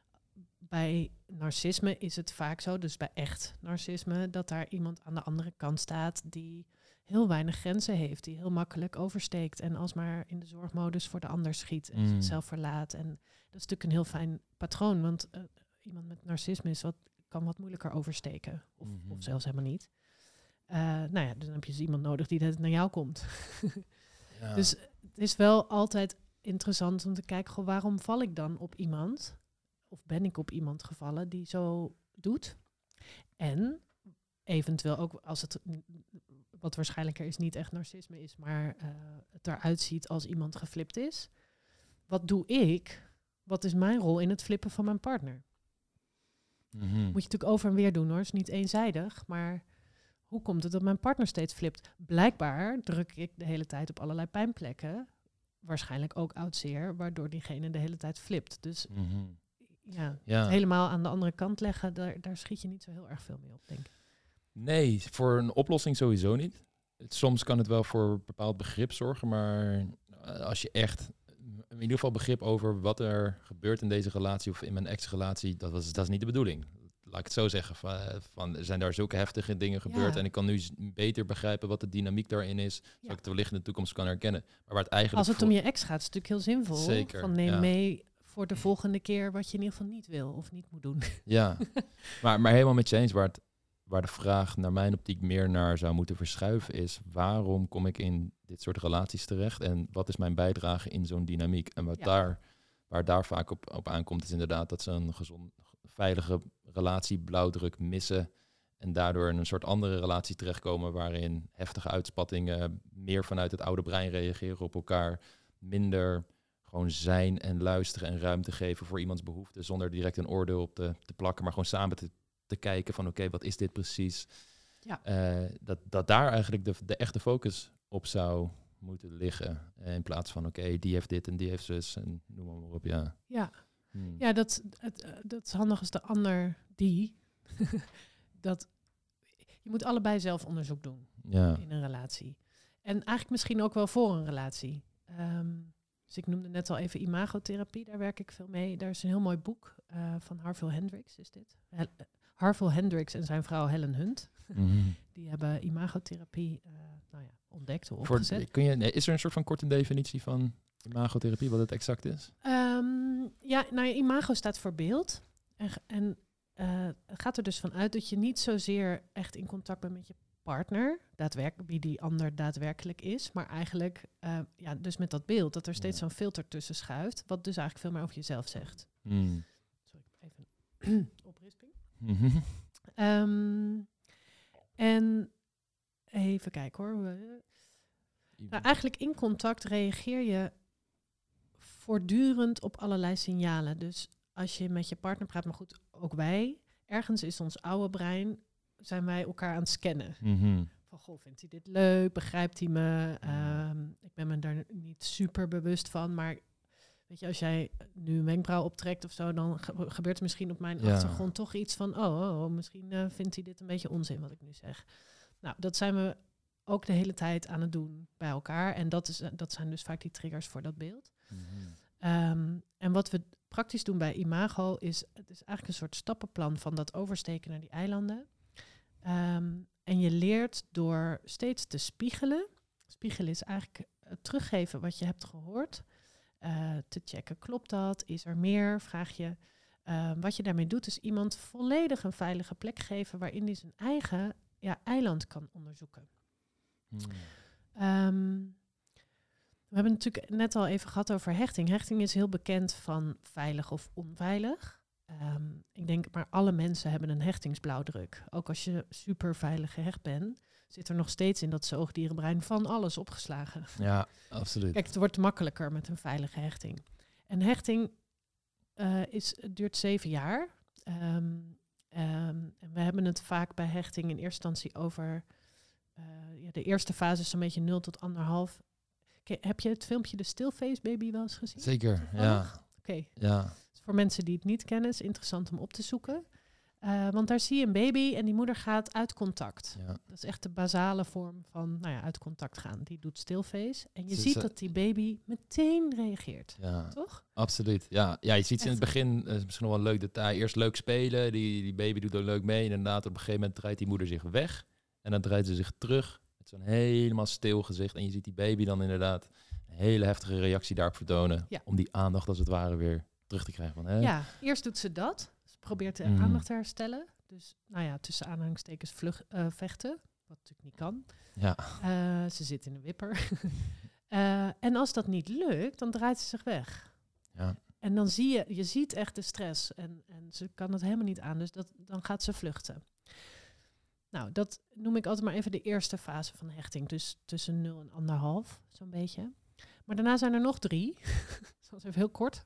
bij narcisme is het vaak zo, dus bij echt narcisme, dat daar iemand aan de andere kant staat die heel weinig grenzen heeft, die heel makkelijk oversteekt en alsmaar in de zorgmodus voor de ander schiet en mm. zichzelf verlaat. En dat is natuurlijk een heel fijn patroon, want uh, iemand met narcisme is wat, kan wat moeilijker oversteken. Of, mm-hmm. of zelfs helemaal niet. Uh, nou ja, dan heb je dus iemand nodig die dat naar jou komt. Ja. Dus het is wel altijd interessant om te kijken, goh, waarom val ik dan op iemand? Of ben ik op iemand gevallen die zo doet? En eventueel ook als het, wat waarschijnlijker is, niet echt narcisme is, maar uh, het eruit ziet als iemand geflipt is. Wat doe ik? Wat is mijn rol in het flippen van mijn partner? Mm-hmm. Moet je natuurlijk over en weer doen hoor, is niet eenzijdig, maar hoe komt het dat mijn partner steeds flipt? Blijkbaar druk ik de hele tijd op allerlei pijnplekken, waarschijnlijk ook oud zeer, waardoor diegene de hele tijd flipt. Dus mm-hmm. ja, ja, helemaal aan de andere kant leggen, daar, daar schiet je niet zo heel erg veel mee op, denk ik. Nee, voor een oplossing sowieso niet. Soms kan het wel voor bepaald begrip zorgen, maar als je echt in ieder geval begrip over wat er gebeurt in deze relatie of in mijn ex-relatie, dat, was, dat is niet de bedoeling. Laat ik het zo zeggen, van, van zijn daar zulke heftige dingen gebeurd ja. en ik kan nu beter begrijpen wat de dynamiek daarin is, zodat ja. ik het wellicht in de toekomst kan herkennen. Maar waar het eigenlijk als het om je ex gaat, is het natuurlijk heel zinvol. Zeker, van neem ja. mee voor de volgende keer wat je in ieder geval niet wil of niet moet doen. Ja, maar, maar helemaal met je eens, waar, het, waar de vraag naar mijn optiek meer naar zou moeten verschuiven is, waarom kom ik in dit soort relaties terecht en wat is mijn bijdrage in zo'n dynamiek? En wat ja. daar, waar daar vaak op, op aankomt is inderdaad dat ze een gezond, veilige relatie blauwdruk missen en daardoor in een soort andere relatie terechtkomen waarin heftige uitspattingen meer vanuit het oude brein reageren op elkaar, minder gewoon zijn en luisteren en ruimte geven voor iemands behoeften zonder direct een oordeel op te, te plakken, maar gewoon samen te, te kijken van oké, okay, wat is dit precies? Ja. Uh, dat, dat daar eigenlijk de, de echte focus op zou moeten liggen. Uh, in plaats van oké, okay, die heeft dit en die heeft zus en noem maar, maar op. Ja, ja. Hmm. ja dat, het, dat is handig als de ander die. dat, je moet allebei zelf onderzoek doen ja. in een relatie. En eigenlijk misschien ook wel voor een relatie. Um, Dus ik noemde net al even imagotherapie, daar werk ik veel mee. Daar is een heel mooi boek uh, van Harville Hendricks, is dit. Hel- uh, Harville Hendricks en zijn vrouw Helen Hunt. Mm-hmm. Die hebben imagotherapie uh, nou ja, ontdekt of opgezet. Voor, kun je, nee, is er een soort van korte definitie van imagotherapie, wat het exact is? Um, ja, nou ja, imago staat voor beeld. En, en uh, het gaat er dus van uit dat je niet zozeer echt in contact bent met je partner, daadwerkelijk, wie die ander daadwerkelijk is, maar eigenlijk uh, ja, dus met dat beeld, dat er steeds ja. zo'n filter tussen schuift, wat dus eigenlijk veel meer over jezelf zegt. Mm. Sorry, even oprisping. Mm-hmm. Um, en even kijken hoor. Nou, eigenlijk in contact reageer je voortdurend op allerlei signalen. Dus als je met je partner praat, maar goed, ook wij, ergens is ons oude brein, zijn wij elkaar aan het scannen. Mm-hmm. Van, goh, vindt hij dit leuk? Begrijpt hij me? Um, ik ben me daar niet super bewust van, maar weet je, als jij nu een wenkbrauw optrekt of zo, dan ge- gebeurt er misschien op mijn ja. achtergrond toch iets van, oh, oh, oh misschien uh, vindt hij dit een beetje onzin wat ik nu zeg. Nou, dat zijn we ook de hele tijd aan het doen bij elkaar. En dat, is, uh, dat zijn dus vaak die triggers voor dat beeld. Mm-hmm. Um, en wat we praktisch doen bij Imago is, het is eigenlijk een soort stappenplan van dat oversteken naar die eilanden. Um, en je leert door steeds te spiegelen. Spiegelen is eigenlijk uh, teruggeven wat je hebt gehoord. Uh, te checken, klopt dat? Is er meer? Vraag je. Uh, wat je daarmee doet is iemand volledig een veilige plek geven waarin hij zijn eigen ja, eiland kan onderzoeken. Hmm. Um, we hebben het natuurlijk net al even gehad over hechting. Hechting is heel bekend van veilig of onveilig. Um, ik denk, maar alle mensen hebben een hechtingsblauwdruk. Ook als je super veilig gehecht bent, zit er nog steeds in dat zoogdierenbrein van alles opgeslagen. Ja, absoluut. Kijk, het wordt makkelijker met een veilige hechting. En hechting uh, is, het duurt zeven jaar. Um, um, en we hebben het vaak bij hechting in eerste instantie over Uh, ja, de eerste fase is zo'n beetje nul tot anderhalf. Okay, heb je het filmpje De Stillface Baby wel eens gezien? Zeker, toevallig? Ja. Oké. Okay. Ja. Dus voor mensen die het niet kennen, is het interessant om op te zoeken. Uh, want daar zie je een baby en die moeder gaat uit contact. Ja. Dat is echt de basale vorm van nou ja, uit contact gaan. Die doet stillface. En je dus ziet dat die baby meteen reageert. Ja, toch? Absoluut. Ja, ja je ziet ze in het begin, uh, is misschien nog wel een leuk detail. Eerst leuk spelen, die, die baby doet er leuk mee. En inderdaad, op een gegeven moment draait die moeder zich weg. En dan draait ze zich terug met zo'n helemaal stil gezicht. En je ziet die baby dan inderdaad een hele heftige reactie daarop vertonen. Ja. Om die aandacht als het ware weer terug te krijgen. Van, hè? Ja, eerst doet ze dat. Ze probeert de mm. aandacht te herstellen. Dus nou ja, tussen aanhalingstekens vlug, uh, vechten. Wat natuurlijk niet kan. Ja. Uh, ze zit in een wipper. uh, en als dat niet lukt, dan draait ze zich weg. Ja. En dan zie je, je ziet echt de stress. En, en ze kan het helemaal niet aan. Dus dat, dan gaat ze vluchten. Nou, dat noem ik altijd maar even de eerste fase van hechting. Dus tussen nul en anderhalf, zo'n beetje. Maar daarna zijn er nog drie. Dat is even heel kort.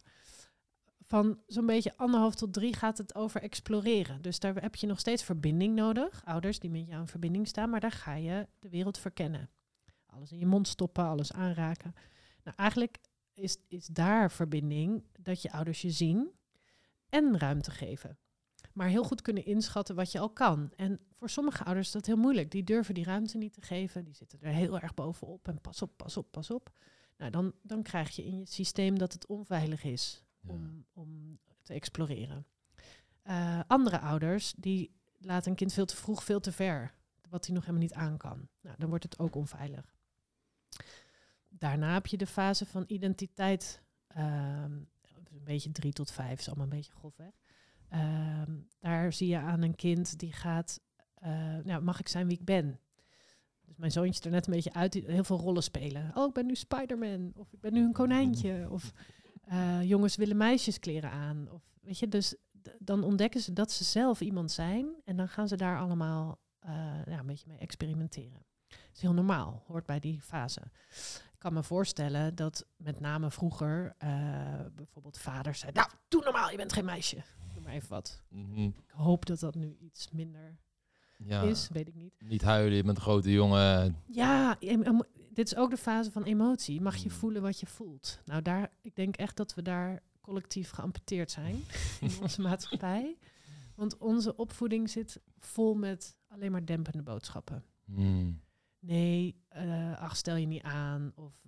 Van zo'n beetje anderhalf tot drie gaat het over exploreren. Dus daar heb je nog steeds verbinding nodig. Ouders die met jou in verbinding staan. Maar daar ga je de wereld verkennen. Alles in je mond stoppen, alles aanraken. Nou, eigenlijk is, is daar verbinding dat je ouders je zien en ruimte geven. Maar heel goed kunnen inschatten wat je al kan. En voor sommige ouders is dat heel moeilijk. Die durven die ruimte niet te geven. Die zitten er heel erg bovenop. En pas op, pas op, pas op. Nou, dan, dan krijg je in je systeem dat het onveilig is ja. om, om te exploreren. Uh, andere ouders, die laten een kind veel te vroeg, veel te ver. Wat hij nog helemaal niet aan kan. Nou, dan wordt het ook onveilig. Daarna heb je de fase van identiteit. Uh, een beetje drie tot vijf, is allemaal een beetje grofweg. Uh, daar zie je aan een kind die gaat, uh, nou, mag ik zijn wie ik ben? Dus mijn zoontje er net een beetje uit, heel veel rollen spelen. Oh, ik ben nu Spider-Man, of ik ben nu een konijntje, of uh, jongens willen meisjeskleren aan. Of, weet je, dus d- dan ontdekken ze dat ze zelf iemand zijn en dan gaan ze daar allemaal uh, ja, een beetje mee experimenteren. Dat is heel normaal, hoort bij die fase. Ik kan me voorstellen dat met name vroeger uh, bijvoorbeeld vaders zeiden, nou, doe normaal, je bent geen meisje. Doe maar even wat. Mm-hmm. Ik hoop dat dat nu iets minder ja, is, weet ik niet. Niet huilen, je bent een grote jongen. Ja, em- dit is ook de fase van emotie. Mag je voelen wat je voelt? Nou, daar, ik denk echt dat we daar collectief geamputeerd zijn in onze maatschappij. Want onze opvoeding zit vol met alleen maar dempende boodschappen. Mm. Nee, uh, ach, stel je niet aan. Of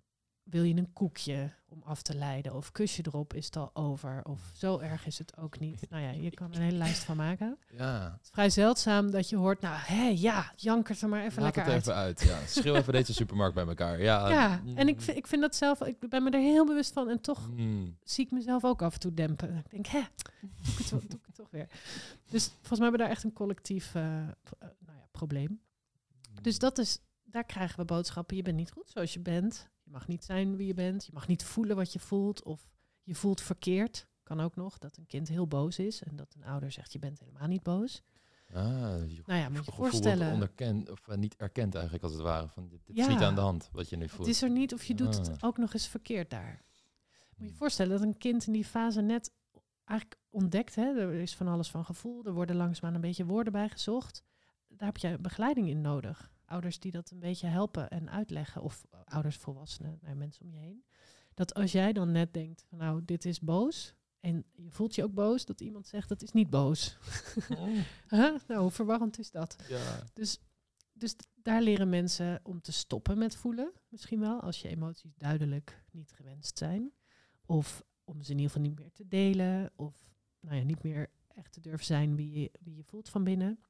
wil je een koekje om af te leiden? Of kus je erop, is het al over? Of zo erg is het ook niet. Nou ja, je kan er een hele lijst van maken. Ja. Het is vrij zeldzaam dat je hoort, nou, hé, ja, jankert er maar even Laat lekker het uit. even uit. Ja. Schreeuw even deze supermarkt bij elkaar. Ja, Ja, mm, en ik vind, ik vind dat zelf, ik ben me er heel bewust van. En toch mm. zie ik mezelf ook af en toe dempen. Ik denk, hè, doe ik het, wel- doe ik het toch weer. Dus volgens mij hebben we daar echt een collectief uh, pro- uh, nou ja, probleem. Dus dat is, daar krijgen we boodschappen. Je bent niet goed zoals je bent. Je mag niet zijn wie je bent. Je mag niet voelen wat je voelt. Of je voelt verkeerd. Kan ook nog dat een kind heel boos is. En dat een ouder zegt, je bent helemaal niet boos. Ah, je Nou ja, moet je gevoel voorstellen. wordt onderkend, of uh, niet erkend eigenlijk als het ware. Van, dit dit Ja. is niet aan de hand wat je nu voelt. Het is er niet of je doet Ah. het ook nog eens verkeerd daar. Moet je je voorstellen dat een kind in die fase net eigenlijk ontdekt. Hè, er is van alles van gevoel. Er worden langzaamaan een beetje woorden bij gezocht. Daar heb je begeleiding in nodig. Ouders die dat een beetje helpen en uitleggen. Of ouders, volwassenen, nou, mensen om je heen. Dat als jij dan net denkt, van, nou, dit is boos. En je voelt je ook boos, dat iemand zegt, dat is niet boos. Oh. Huh? Nou, hoe verwarrend is dat? Ja. Dus, dus d- daar leren mensen om te stoppen met voelen. Misschien wel, als je emoties duidelijk niet gewenst zijn. Of om ze in ieder geval niet meer te delen. Of nou ja, niet meer echt te durven zijn wie je, wie je voelt van binnen.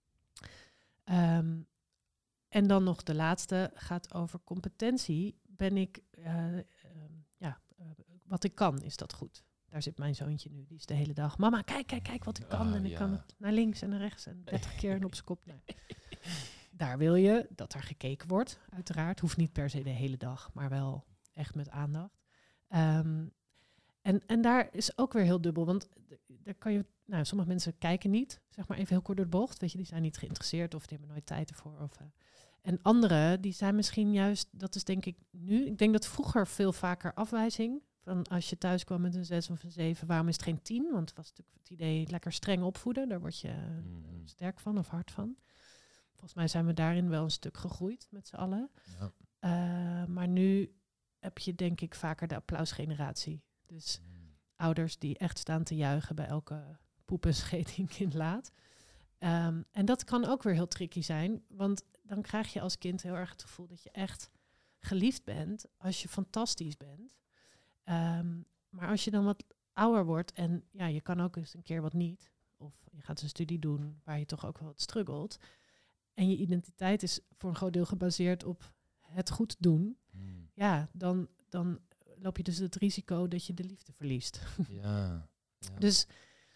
Um, en dan nog de laatste gaat over competentie. Ben ik, uh, uh, ja, uh, wat ik kan, is dat goed? Daar zit mijn zoontje nu. Die is de hele dag, mama, kijk, kijk, kijk wat ik kan. Ah, en ik ja. kan het naar links en naar rechts en dertig keer en op zijn kop. Nee. Daar wil je dat er gekeken wordt, uiteraard. Hoeft niet per se de hele dag, maar wel echt met aandacht. Um, en, en daar is ook weer heel dubbel, want daar kan je, nou, sommige mensen kijken niet, zeg maar even heel kort door de bocht. Weet je, die zijn niet geïnteresseerd of die hebben nooit tijd ervoor. Of, uh, en anderen, die zijn misschien juist, dat is denk ik nu, ik denk dat vroeger veel vaker afwijzing. Van als je thuis kwam met een zes of een zeven, waarom is het geen tien? Want het was natuurlijk het idee lekker streng opvoeden. Daar word je uh, Mm-hmm. sterk van of hard van. Volgens mij zijn we daarin wel een stuk gegroeid met z'n allen. Ja. Uh, maar nu heb je denk ik vaker de applausgeneratie. Dus Mm. ouders die echt staan te juichen bij elke poep en scheet die een kind laat. Um, en dat kan ook weer heel tricky zijn. Want dan krijg je als kind heel erg het gevoel dat je echt geliefd bent. Als je fantastisch bent. Um, maar als je dan wat ouder wordt en ja, je kan ook eens een keer wat niet. Of je gaat een studie doen waar je toch ook wel wat struggelt. En je identiteit is voor een groot deel gebaseerd op het goed doen. Mm. Ja, dan, dan loop je dus het risico dat je de liefde verliest. Ja. Ja. Dus,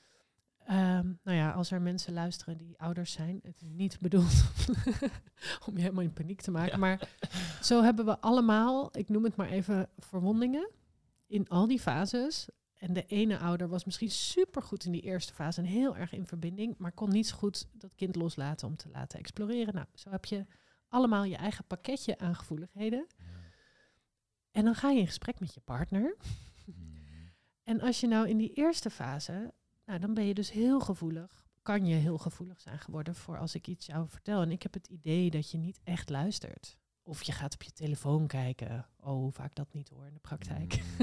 um, nou ja, als er mensen luisteren die ouders zijn, het is niet bedoeld om je helemaal in paniek te maken. Ja. Maar zo hebben we allemaal, ik noem het maar even, verwondingen in al die fases. En de ene ouder was misschien supergoed in die eerste fase en heel erg in verbinding, maar kon niet zo goed dat kind loslaten om te laten exploreren. Nou, zo heb je allemaal je eigen pakketje aan gevoeligheden. Ja. En dan ga je in gesprek met je partner. Mm. En als je nou in die eerste fase, nou, dan ben je dus heel gevoelig. Kan je heel gevoelig zijn geworden voor als ik iets jou vertel. En ik heb het idee dat je niet echt luistert. Of je gaat op je telefoon kijken. Oh, hoe vaak dat niet hoor in de praktijk. Mm.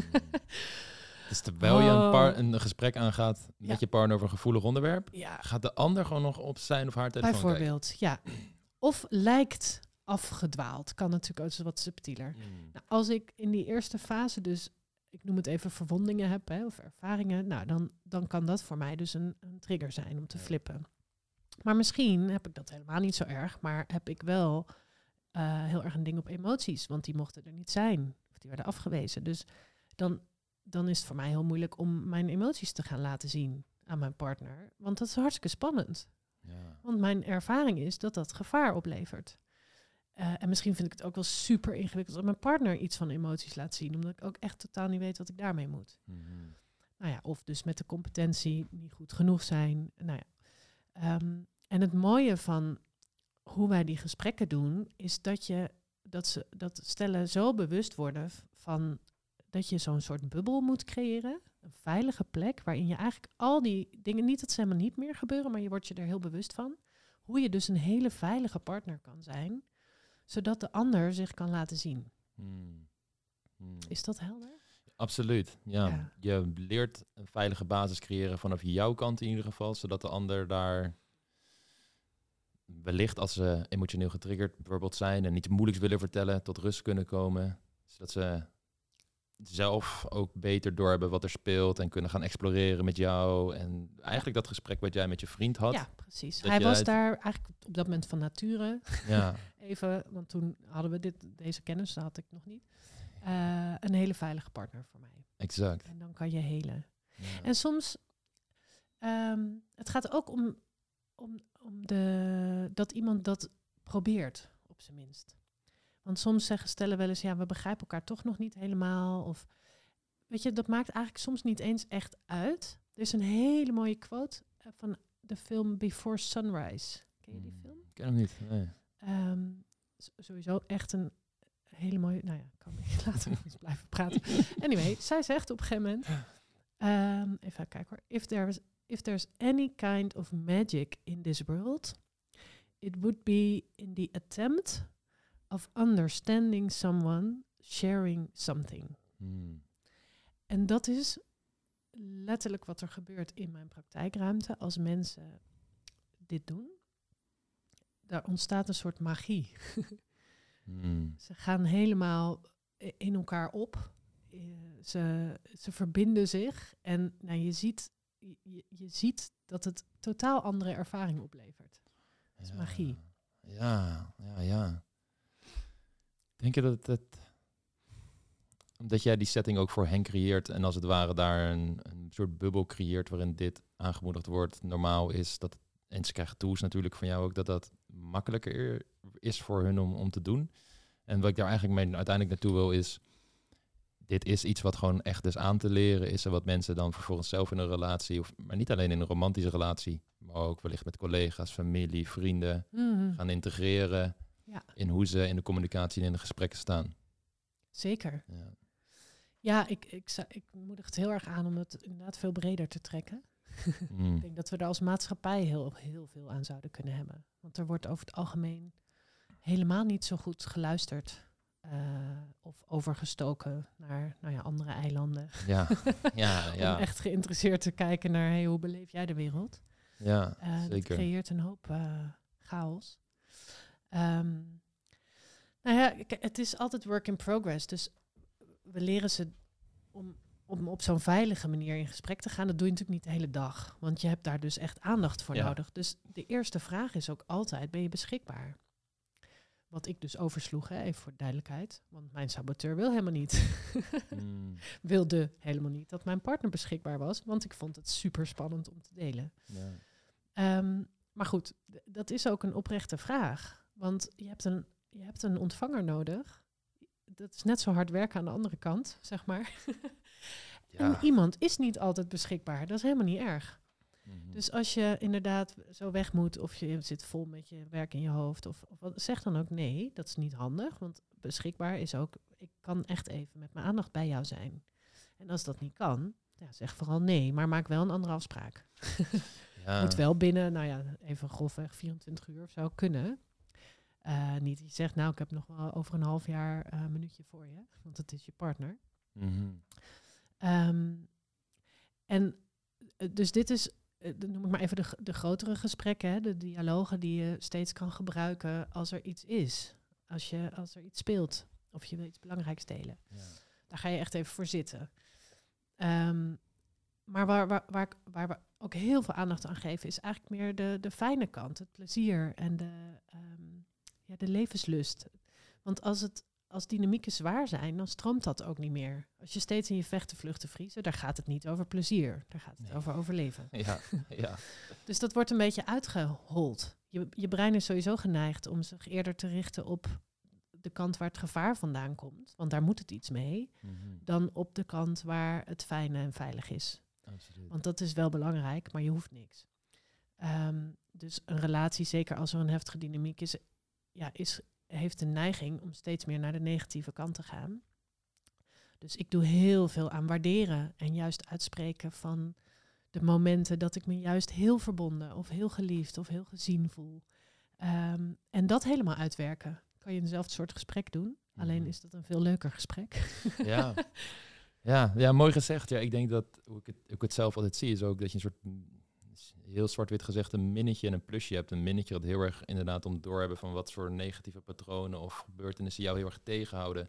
Dus terwijl je een, par- een gesprek aangaat met ja. je partner over een gevoelig onderwerp, ja. gaat de ander gewoon nog op zijn of haar telefoon Bijvoorbeeld, kijken. Ja. Of lijkt afgedwaald. Kan natuurlijk ook wat subtieler. Mm. Nou, als ik in die eerste fase dus, ik noem het even verwondingen heb, hè, of ervaringen, nou dan, dan kan dat voor mij dus een, een trigger zijn om te flippen. Maar misschien heb ik dat helemaal niet zo erg, maar heb ik wel uh, heel erg een ding op emoties, want die mochten er niet zijn. Of die werden afgewezen. Dus dan, dan is het voor mij heel moeilijk om mijn emoties te gaan laten zien aan mijn partner. Want dat is hartstikke spannend. Ja. Want mijn ervaring is dat dat gevaar oplevert. Uh, en misschien vind ik het ook wel super ingewikkeld als mijn partner iets van emoties laat zien. Omdat ik ook echt totaal niet weet wat ik daarmee moet. Mm-hmm. Nou ja, of dus met de competentie niet goed genoeg zijn. Nou ja. Um, en het mooie van hoe wij die gesprekken doen, is dat je dat ze dat stellen zo bewust worden van dat je zo'n soort bubbel moet creëren. Een veilige plek waarin je eigenlijk al die dingen, niet dat ze helemaal niet meer gebeuren, maar je wordt je er heel bewust van. Hoe je dus een hele veilige partner kan zijn, zodat de ander zich kan laten zien. Hmm. Hmm. Is dat helder? Absoluut, ja. ja. Je leert een veilige basis creëren vanaf jouw kant in ieder geval, zodat de ander daar wellicht als ze emotioneel getriggerd bijvoorbeeld zijn en niet moeilijks willen vertellen, tot rust kunnen komen. Zodat ze zelf ook beter doorhebben wat er speelt en kunnen gaan exploreren met jou. En eigenlijk dat gesprek wat jij met je vriend had. Ja, precies. Dat Hij was jij- daar eigenlijk op dat moment van nature. Ja, Even, want toen hadden we dit, deze kennis, dat had ik nog niet. Uh, een hele veilige partner voor mij. exact. En dan kan je helen. Ja. En soms, um, het gaat ook om, om, om de, dat iemand dat probeert, op zijn minst. Want soms zeggen stellen wel eens, ja, we begrijpen elkaar toch nog niet helemaal. Of, weet je, dat maakt eigenlijk soms niet eens echt uit. Er is een hele mooie quote uh, van de film Before Sunrise. Ken je die film? Ik ken hem niet, nee. Um, sowieso echt een hele mooie... Nou ja, ik kan niet later eens blijven praten. Anyway, zij zegt op een gegeven moment... Um, even kijken hoor. If there's, if there's any kind of magic in this world... it would be in the attempt of understanding someone, sharing something. Hmm. En dat is letterlijk wat er gebeurt in mijn praktijkruimte als mensen dit doen. Daar ontstaat een soort magie. Hmm. Ze gaan helemaal in elkaar op. Ze, ze verbinden zich. En nou, je, ziet, je, je ziet dat het totaal andere ervaring oplevert. Dat is Ja. magie. Ja, ja, ja. Denk je dat het, het... Omdat jij die setting ook voor hen creëert en als het ware daar een, een soort bubbel creëert waarin dit aangemoedigd wordt, normaal is, dat, en ze krijgen tools natuurlijk van jou ook, dat dat makkelijker is voor hun om, om te doen. En wat ik daar eigenlijk mee uiteindelijk naartoe wil is, dit is iets wat gewoon echt is aan te leren is en wat mensen dan vervolgens zelf in een relatie, of, maar niet alleen in een romantische relatie, maar ook wellicht met collega's, familie, vrienden, Mm-hmm. gaan integreren Ja. in hoe ze in de communicatie en in de gesprekken staan. Zeker. Ja. Ja, ik, ik, zou- ik moedig het heel erg aan om het inderdaad veel breder te trekken. Mm. Ik denk dat we er als maatschappij heel, heel veel aan zouden kunnen hebben. Want er wordt over het algemeen helemaal niet zo goed geluisterd. Uh, of overgestoken naar nou ja, andere eilanden. Ja, ja, ja. Om echt geïnteresseerd te kijken naar hey, hoe beleef jij de wereld. Ja, Uh, dat zeker. creëert een hoop uh, chaos. Um, nou ja, k- het is altijd work in progress. Dus we leren ze om, om op zo'n veilige manier in gesprek te gaan. Dat doe je natuurlijk niet de hele dag. Want je hebt daar dus echt aandacht voor Ja. nodig. Dus de eerste vraag is ook altijd, ben je beschikbaar? Wat ik dus oversloeg, hè, even voor de duidelijkheid. Want mijn saboteur wil helemaal niet. Mm, Wilde helemaal niet dat mijn partner beschikbaar was. Want ik vond het super spannend om te delen. ja. Um, maar goed, d- dat is ook een oprechte vraag. Want je hebt een, je hebt een ontvanger nodig. Dat is net zo hard werken aan de andere kant, zeg maar. Ja. En iemand is niet altijd beschikbaar. Dat is helemaal niet erg. Mhm. Dus als je inderdaad zo weg moet of je zit vol met je werk in je hoofd, of, of wat, zeg dan ook nee, dat is niet handig. Want beschikbaar is ook, ik kan echt even met mijn aandacht bij jou zijn. En als dat niet kan, ja, zeg vooral nee, maar maak wel een andere afspraak. Ja. Moet wel binnen, nou ja, even grofweg vierentwintig uur of zo kunnen. Uh, niet dat je zegt, nou, ik heb nog wel over een half jaar uh, een minuutje voor je, want het is je partner. Mhm. Um, en uh, dus dit is, uh, noem ik maar even de, de grotere gesprekken, hè, de dialogen die je steeds kan gebruiken als er iets is. Als, je, als er iets speelt of je wil iets belangrijks delen. Ja. Daar ga je echt even voor zitten. Um, maar waar, waar, waar, waar we ook heel veel aandacht aan geven is eigenlijk meer de, de fijne kant, het plezier en de, um, ja, de levenslust. Want als, het, als dynamieken zwaar zijn, dan stroomt dat ook niet meer. Als je steeds in je vechten, vluchten, vriezen, daar gaat het niet over plezier. Daar gaat het Nee. over overleven. Ja. Ja. Dus dat wordt een beetje uitgehold. Je, je brein is sowieso geneigd om zich eerder te richten op de kant waar het gevaar vandaan komt. Want daar moet het iets mee. Mhm. Dan op de kant waar het fijne en veilig is. Absoluut. Want dat is wel belangrijk, maar je hoeft niks. Um, dus een relatie, zeker als er een heftige dynamiek is, ja, is, heeft een neiging om steeds meer naar de negatieve kant te gaan. Dus ik doe heel veel aan waarderen en juist uitspreken van de momenten dat ik me juist heel verbonden of heel geliefd of heel gezien voel. Um, en dat helemaal uitwerken. Kan je eenzelfde soort gesprek doen, alleen Mhm. is dat een veel leuker gesprek. Ja. Ja, ja, mooi gezegd. Ja, ik denk dat hoe ik het, hoe ik het zelf altijd zie, is ook dat je een soort, mm, heel zwart-wit gezegd, een minnetje en een plusje hebt. Een minnetje dat heel erg inderdaad om doorhebben van wat voor negatieve patronen of gebeurtenissen jou heel erg tegenhouden.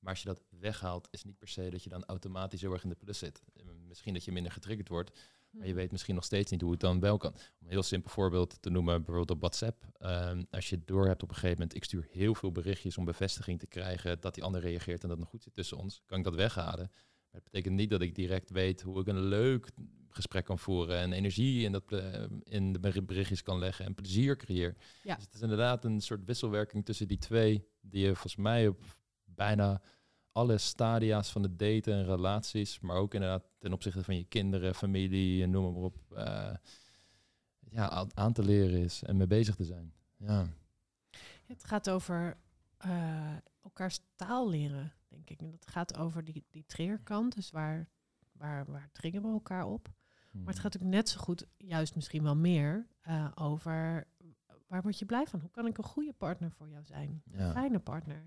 Maar als je dat weghaalt, is niet per se dat je dan automatisch heel erg in de plus zit. Misschien dat je minder getriggerd wordt, maar je weet misschien nog steeds niet hoe het dan wel kan. Om een heel simpel voorbeeld te noemen, bijvoorbeeld op WhatsApp. Um, als je door hebt op een gegeven moment, ik stuur heel veel berichtjes om bevestiging te krijgen dat die ander reageert en dat het nog goed zit tussen ons, kan ik dat weghalen. Maar het betekent niet dat ik direct weet hoe ik een leuk gesprek kan voeren en energie in, dat, uh, in de berichtjes kan leggen en plezier creëer. Ja. Dus het is inderdaad een soort wisselwerking tussen die twee, die je volgens mij op bijna alle stadia's van het daten en relaties, maar ook inderdaad ten opzichte van je kinderen, familie en noem maar op, uh, ja, aan te leren is en mee bezig te zijn. Ja. Het gaat over uh, elkaars taal leren, denk ik. En dat gaat over die, die triggerkant, dus waar, waar, waar triggeren we elkaar op? Hmm. Maar het gaat ook net zo goed, juist misschien wel meer, uh, over waar word je blij van? Hoe kan ik een goede partner voor jou zijn? Ja. Een fijne partner.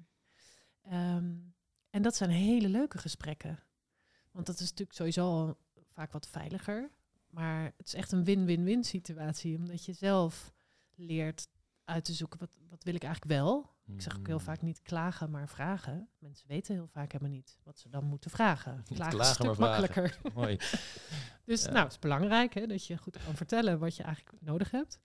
Um, en dat zijn hele leuke gesprekken. Want dat is natuurlijk sowieso al vaak wat veiliger. Maar het is echt een win-win-win situatie. Omdat je zelf leert uit te zoeken, wat, wat wil ik eigenlijk wel? Ik zeg ook heel vaak niet klagen, maar vragen. Mensen weten heel vaak helemaal niet wat ze dan moeten vragen. Klagen is een stuk makkelijker. Mooi. Dus ja. nou, het is belangrijk hè, dat je goed kan vertellen wat je eigenlijk nodig hebt.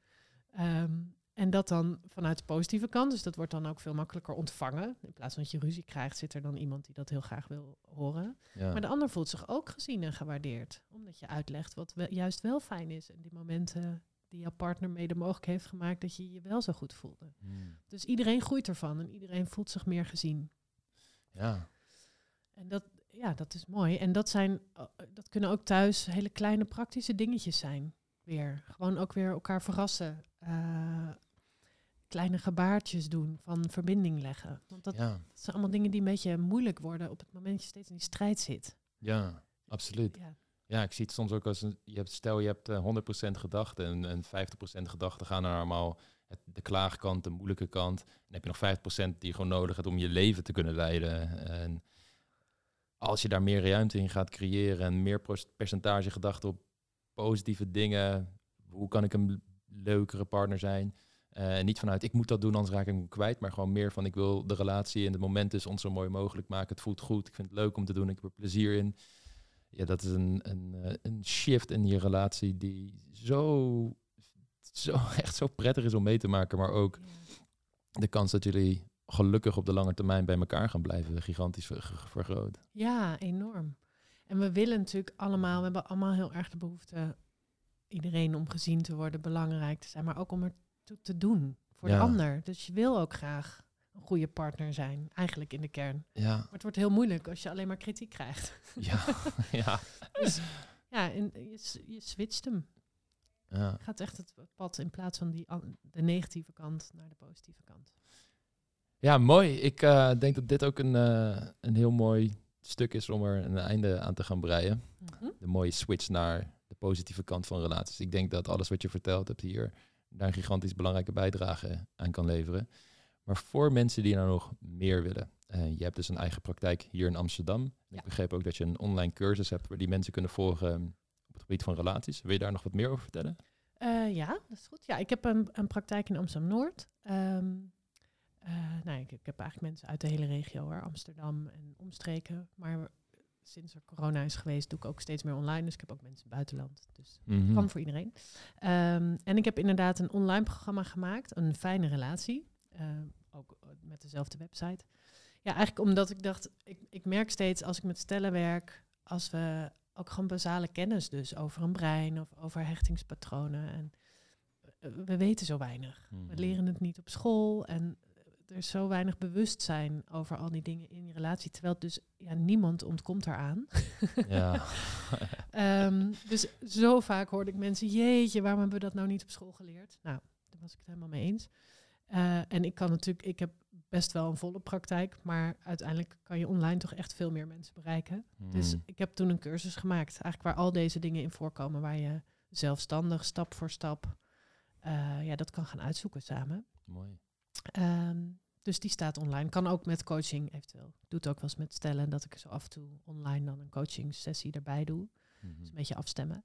Um, En dat dan vanuit de positieve kant. Dus dat wordt dan ook veel makkelijker ontvangen. In plaats van dat je ruzie krijgt, zit er dan iemand die dat heel graag wil horen. Ja. Maar de ander voelt zich ook gezien en gewaardeerd. Omdat je uitlegt wat we, juist wel fijn is. En die momenten die jouw partner mede mogelijk heeft gemaakt, dat je je wel zo goed voelde. Hmm. Dus iedereen groeit ervan en iedereen voelt zich meer gezien. Ja. En dat, ja, dat is mooi. En dat zijn, dat kunnen ook thuis hele kleine praktische dingetjes zijn. Weer. Gewoon ook weer elkaar verrassen. Uh, kleine gebaartjes doen, van verbinding leggen. Want dat, ja. dat zijn allemaal dingen die een beetje moeilijk worden op het moment dat je steeds in die strijd zit. Ja, absoluut. Ja, ja ik zie het soms ook als een, je hebt, stel je hebt uh, honderd procent gedachten en, en vijftig procent gedachten gaan naar allemaal het, de klaagkant, de moeilijke kant. En dan heb je nog vijf procent die je gewoon nodig hebt om je leven te kunnen leiden. En als je daar meer ruimte in gaat creëren en meer percentage gedachten op positieve dingen, hoe kan ik een leukere partner zijn? En uh, niet vanuit, ik moet dat doen, anders raak ik hem kwijt. Maar gewoon meer van, ik wil de relatie en het moment tussen ons zo mooi mogelijk maken. Het voelt goed, ik vind het leuk om te doen, ik heb er plezier in. Ja, dat is een, een, een shift in je relatie die zo, zo, echt zo prettig is om mee te maken. Maar ook de kans dat jullie gelukkig op de lange termijn bij elkaar gaan blijven gigantisch vergroot. Ja, enorm. En we willen natuurlijk allemaal, we hebben allemaal heel erg de behoefte, iedereen om gezien te worden, belangrijk te zijn, maar ook om er toe te doen voor ja. de ander. Dus je wil ook graag een goede partner zijn, eigenlijk in de kern. Ja. Maar het wordt heel moeilijk als je alleen maar kritiek krijgt. Ja, ja. Dus ja, en je, je switcht hem. Ja. Je gaat echt het pad in plaats van die de negatieve kant naar de positieve kant. Ja, mooi. Ik uh, denk dat dit ook een, uh, een heel mooi stuk is om er een einde aan te gaan breien. Mm-hmm. De mooie switch naar de positieve kant van relaties. Ik denk dat alles wat je verteld hebt hier daar een gigantisch belangrijke bijdrage aan kan leveren. Maar voor mensen die nou nog meer willen. Uh, je hebt dus een eigen praktijk hier in Amsterdam. Ja. Ik begreep ook dat je een online cursus hebt waar die mensen kunnen volgen op het gebied van relaties. Wil je daar nog wat meer over vertellen? Uh, ja, dat is goed. Ja, ik heb een, een praktijk in Amsterdam-Noord. Um, uh, nou, ik, ik heb eigenlijk mensen uit de hele regio, hoor, Amsterdam en omstreken. Maar sinds er corona is geweest, doe ik ook steeds meer online. Dus ik heb ook mensen in het buitenland. Dus mm-hmm. het kan voor iedereen. Um, en ik heb inderdaad een online programma gemaakt. Een fijne relatie. Uh, ook met dezelfde website. Ja, eigenlijk omdat ik dacht, ik, ik merk steeds als ik met stellen werk, als we ook gewoon basale kennis dus over een brein of over hechtingspatronen. En uh, we weten zo weinig. Mm-hmm. We leren het niet op school en er is zo weinig bewustzijn over al die dingen in je relatie. Terwijl dus ja, niemand ontkomt eraan. Ja. um, dus zo vaak hoorde ik mensen, jeetje, waarom hebben we dat nou niet op school geleerd? Nou, daar was ik het helemaal mee eens. Uh, en ik kan natuurlijk, ik heb best wel een volle praktijk, maar uiteindelijk kan je online toch echt veel meer mensen bereiken. Mm. Dus ik heb toen een cursus gemaakt, eigenlijk waar al deze dingen in voorkomen, waar je zelfstandig, stap voor stap, uh, ja, dat kan gaan uitzoeken samen. Mooi. Um, dus die staat online. Kan ook met coaching eventueel. Ik doe het ook wel eens met stellen dat ik zo af en toe online dan een coaching sessie erbij doe. Mm-hmm. Dus een beetje afstemmen.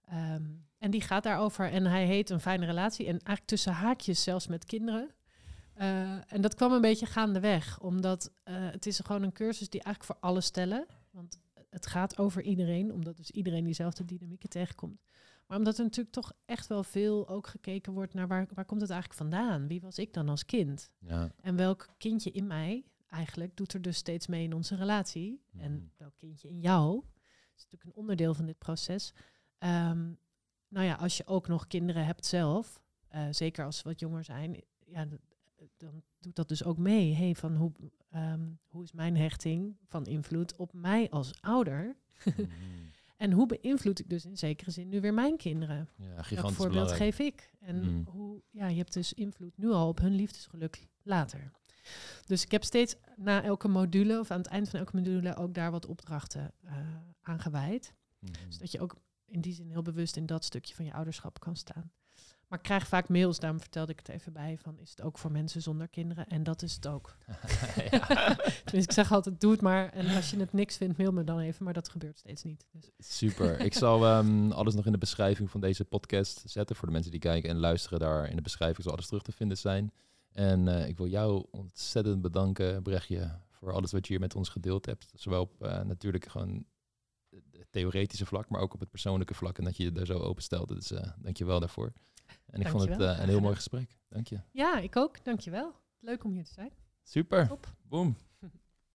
Um, en die gaat daarover. En hij heet Een Fijne Relatie. En eigenlijk tussen haakjes zelfs met kinderen. Uh, en dat kwam een beetje gaandeweg, omdat uh, het is gewoon een cursus die eigenlijk voor alle stellen, want het gaat over iedereen, omdat dus iedereen diezelfde dynamieken tegenkomt. Maar omdat er natuurlijk toch echt wel veel ook gekeken wordt naar waar, waar komt het eigenlijk vandaan? Wie was ik dan als kind? Ja. En welk kindje in mij eigenlijk doet er dus steeds mee in onze relatie? Mm. En welk kindje in jou? Dat is natuurlijk een onderdeel van dit proces. Um, nou ja, als je ook nog kinderen hebt zelf, uh, zeker als ze wat jonger zijn, ja, dan doet dat dus ook mee. Hey, van hoe, um, hoe is mijn hechting van invloed op mij als ouder? Mm. En hoe beïnvloed ik dus in zekere zin nu weer mijn kinderen? Ja, gigantisch Welk voorbeeld belangrijk. geef ik? En mm. hoe, ja, je hebt dus invloed nu al op hun liefdesgeluk later. Dus ik heb steeds na elke module, of aan het eind van elke module, ook daar wat opdrachten uh, aan gewijd. Mm. Zodat je ook in die zin heel bewust in dat stukje van je ouderschap kan staan. Maar ik krijg vaak mails, daarom vertelde ik het even bij, van is het ook voor mensen zonder kinderen? En dat is het ook. Tenminste, ik zeg altijd, doe het maar. En als je het niks vindt, mail me dan even. Maar dat gebeurt steeds niet. Dus. Super. Ik zal um, alles nog in de beschrijving van deze podcast zetten. Voor de mensen die kijken en luisteren, daar in de beschrijving zal alles terug te vinden zijn. En uh, ik wil jou ontzettend bedanken, Brechtje, voor alles wat je hier met ons gedeeld hebt. Zowel op uh, natuurlijk gewoon het theoretische vlak, maar ook op het persoonlijke vlak. En dat je je daar zo openstelt. Dus uh, dank je wel daarvoor. En ik Dankjewel. vond het uh, een heel mooi gesprek. Dank je. Ja, ik ook. Dank je wel. Leuk om hier te zijn. Super. Top. Boom.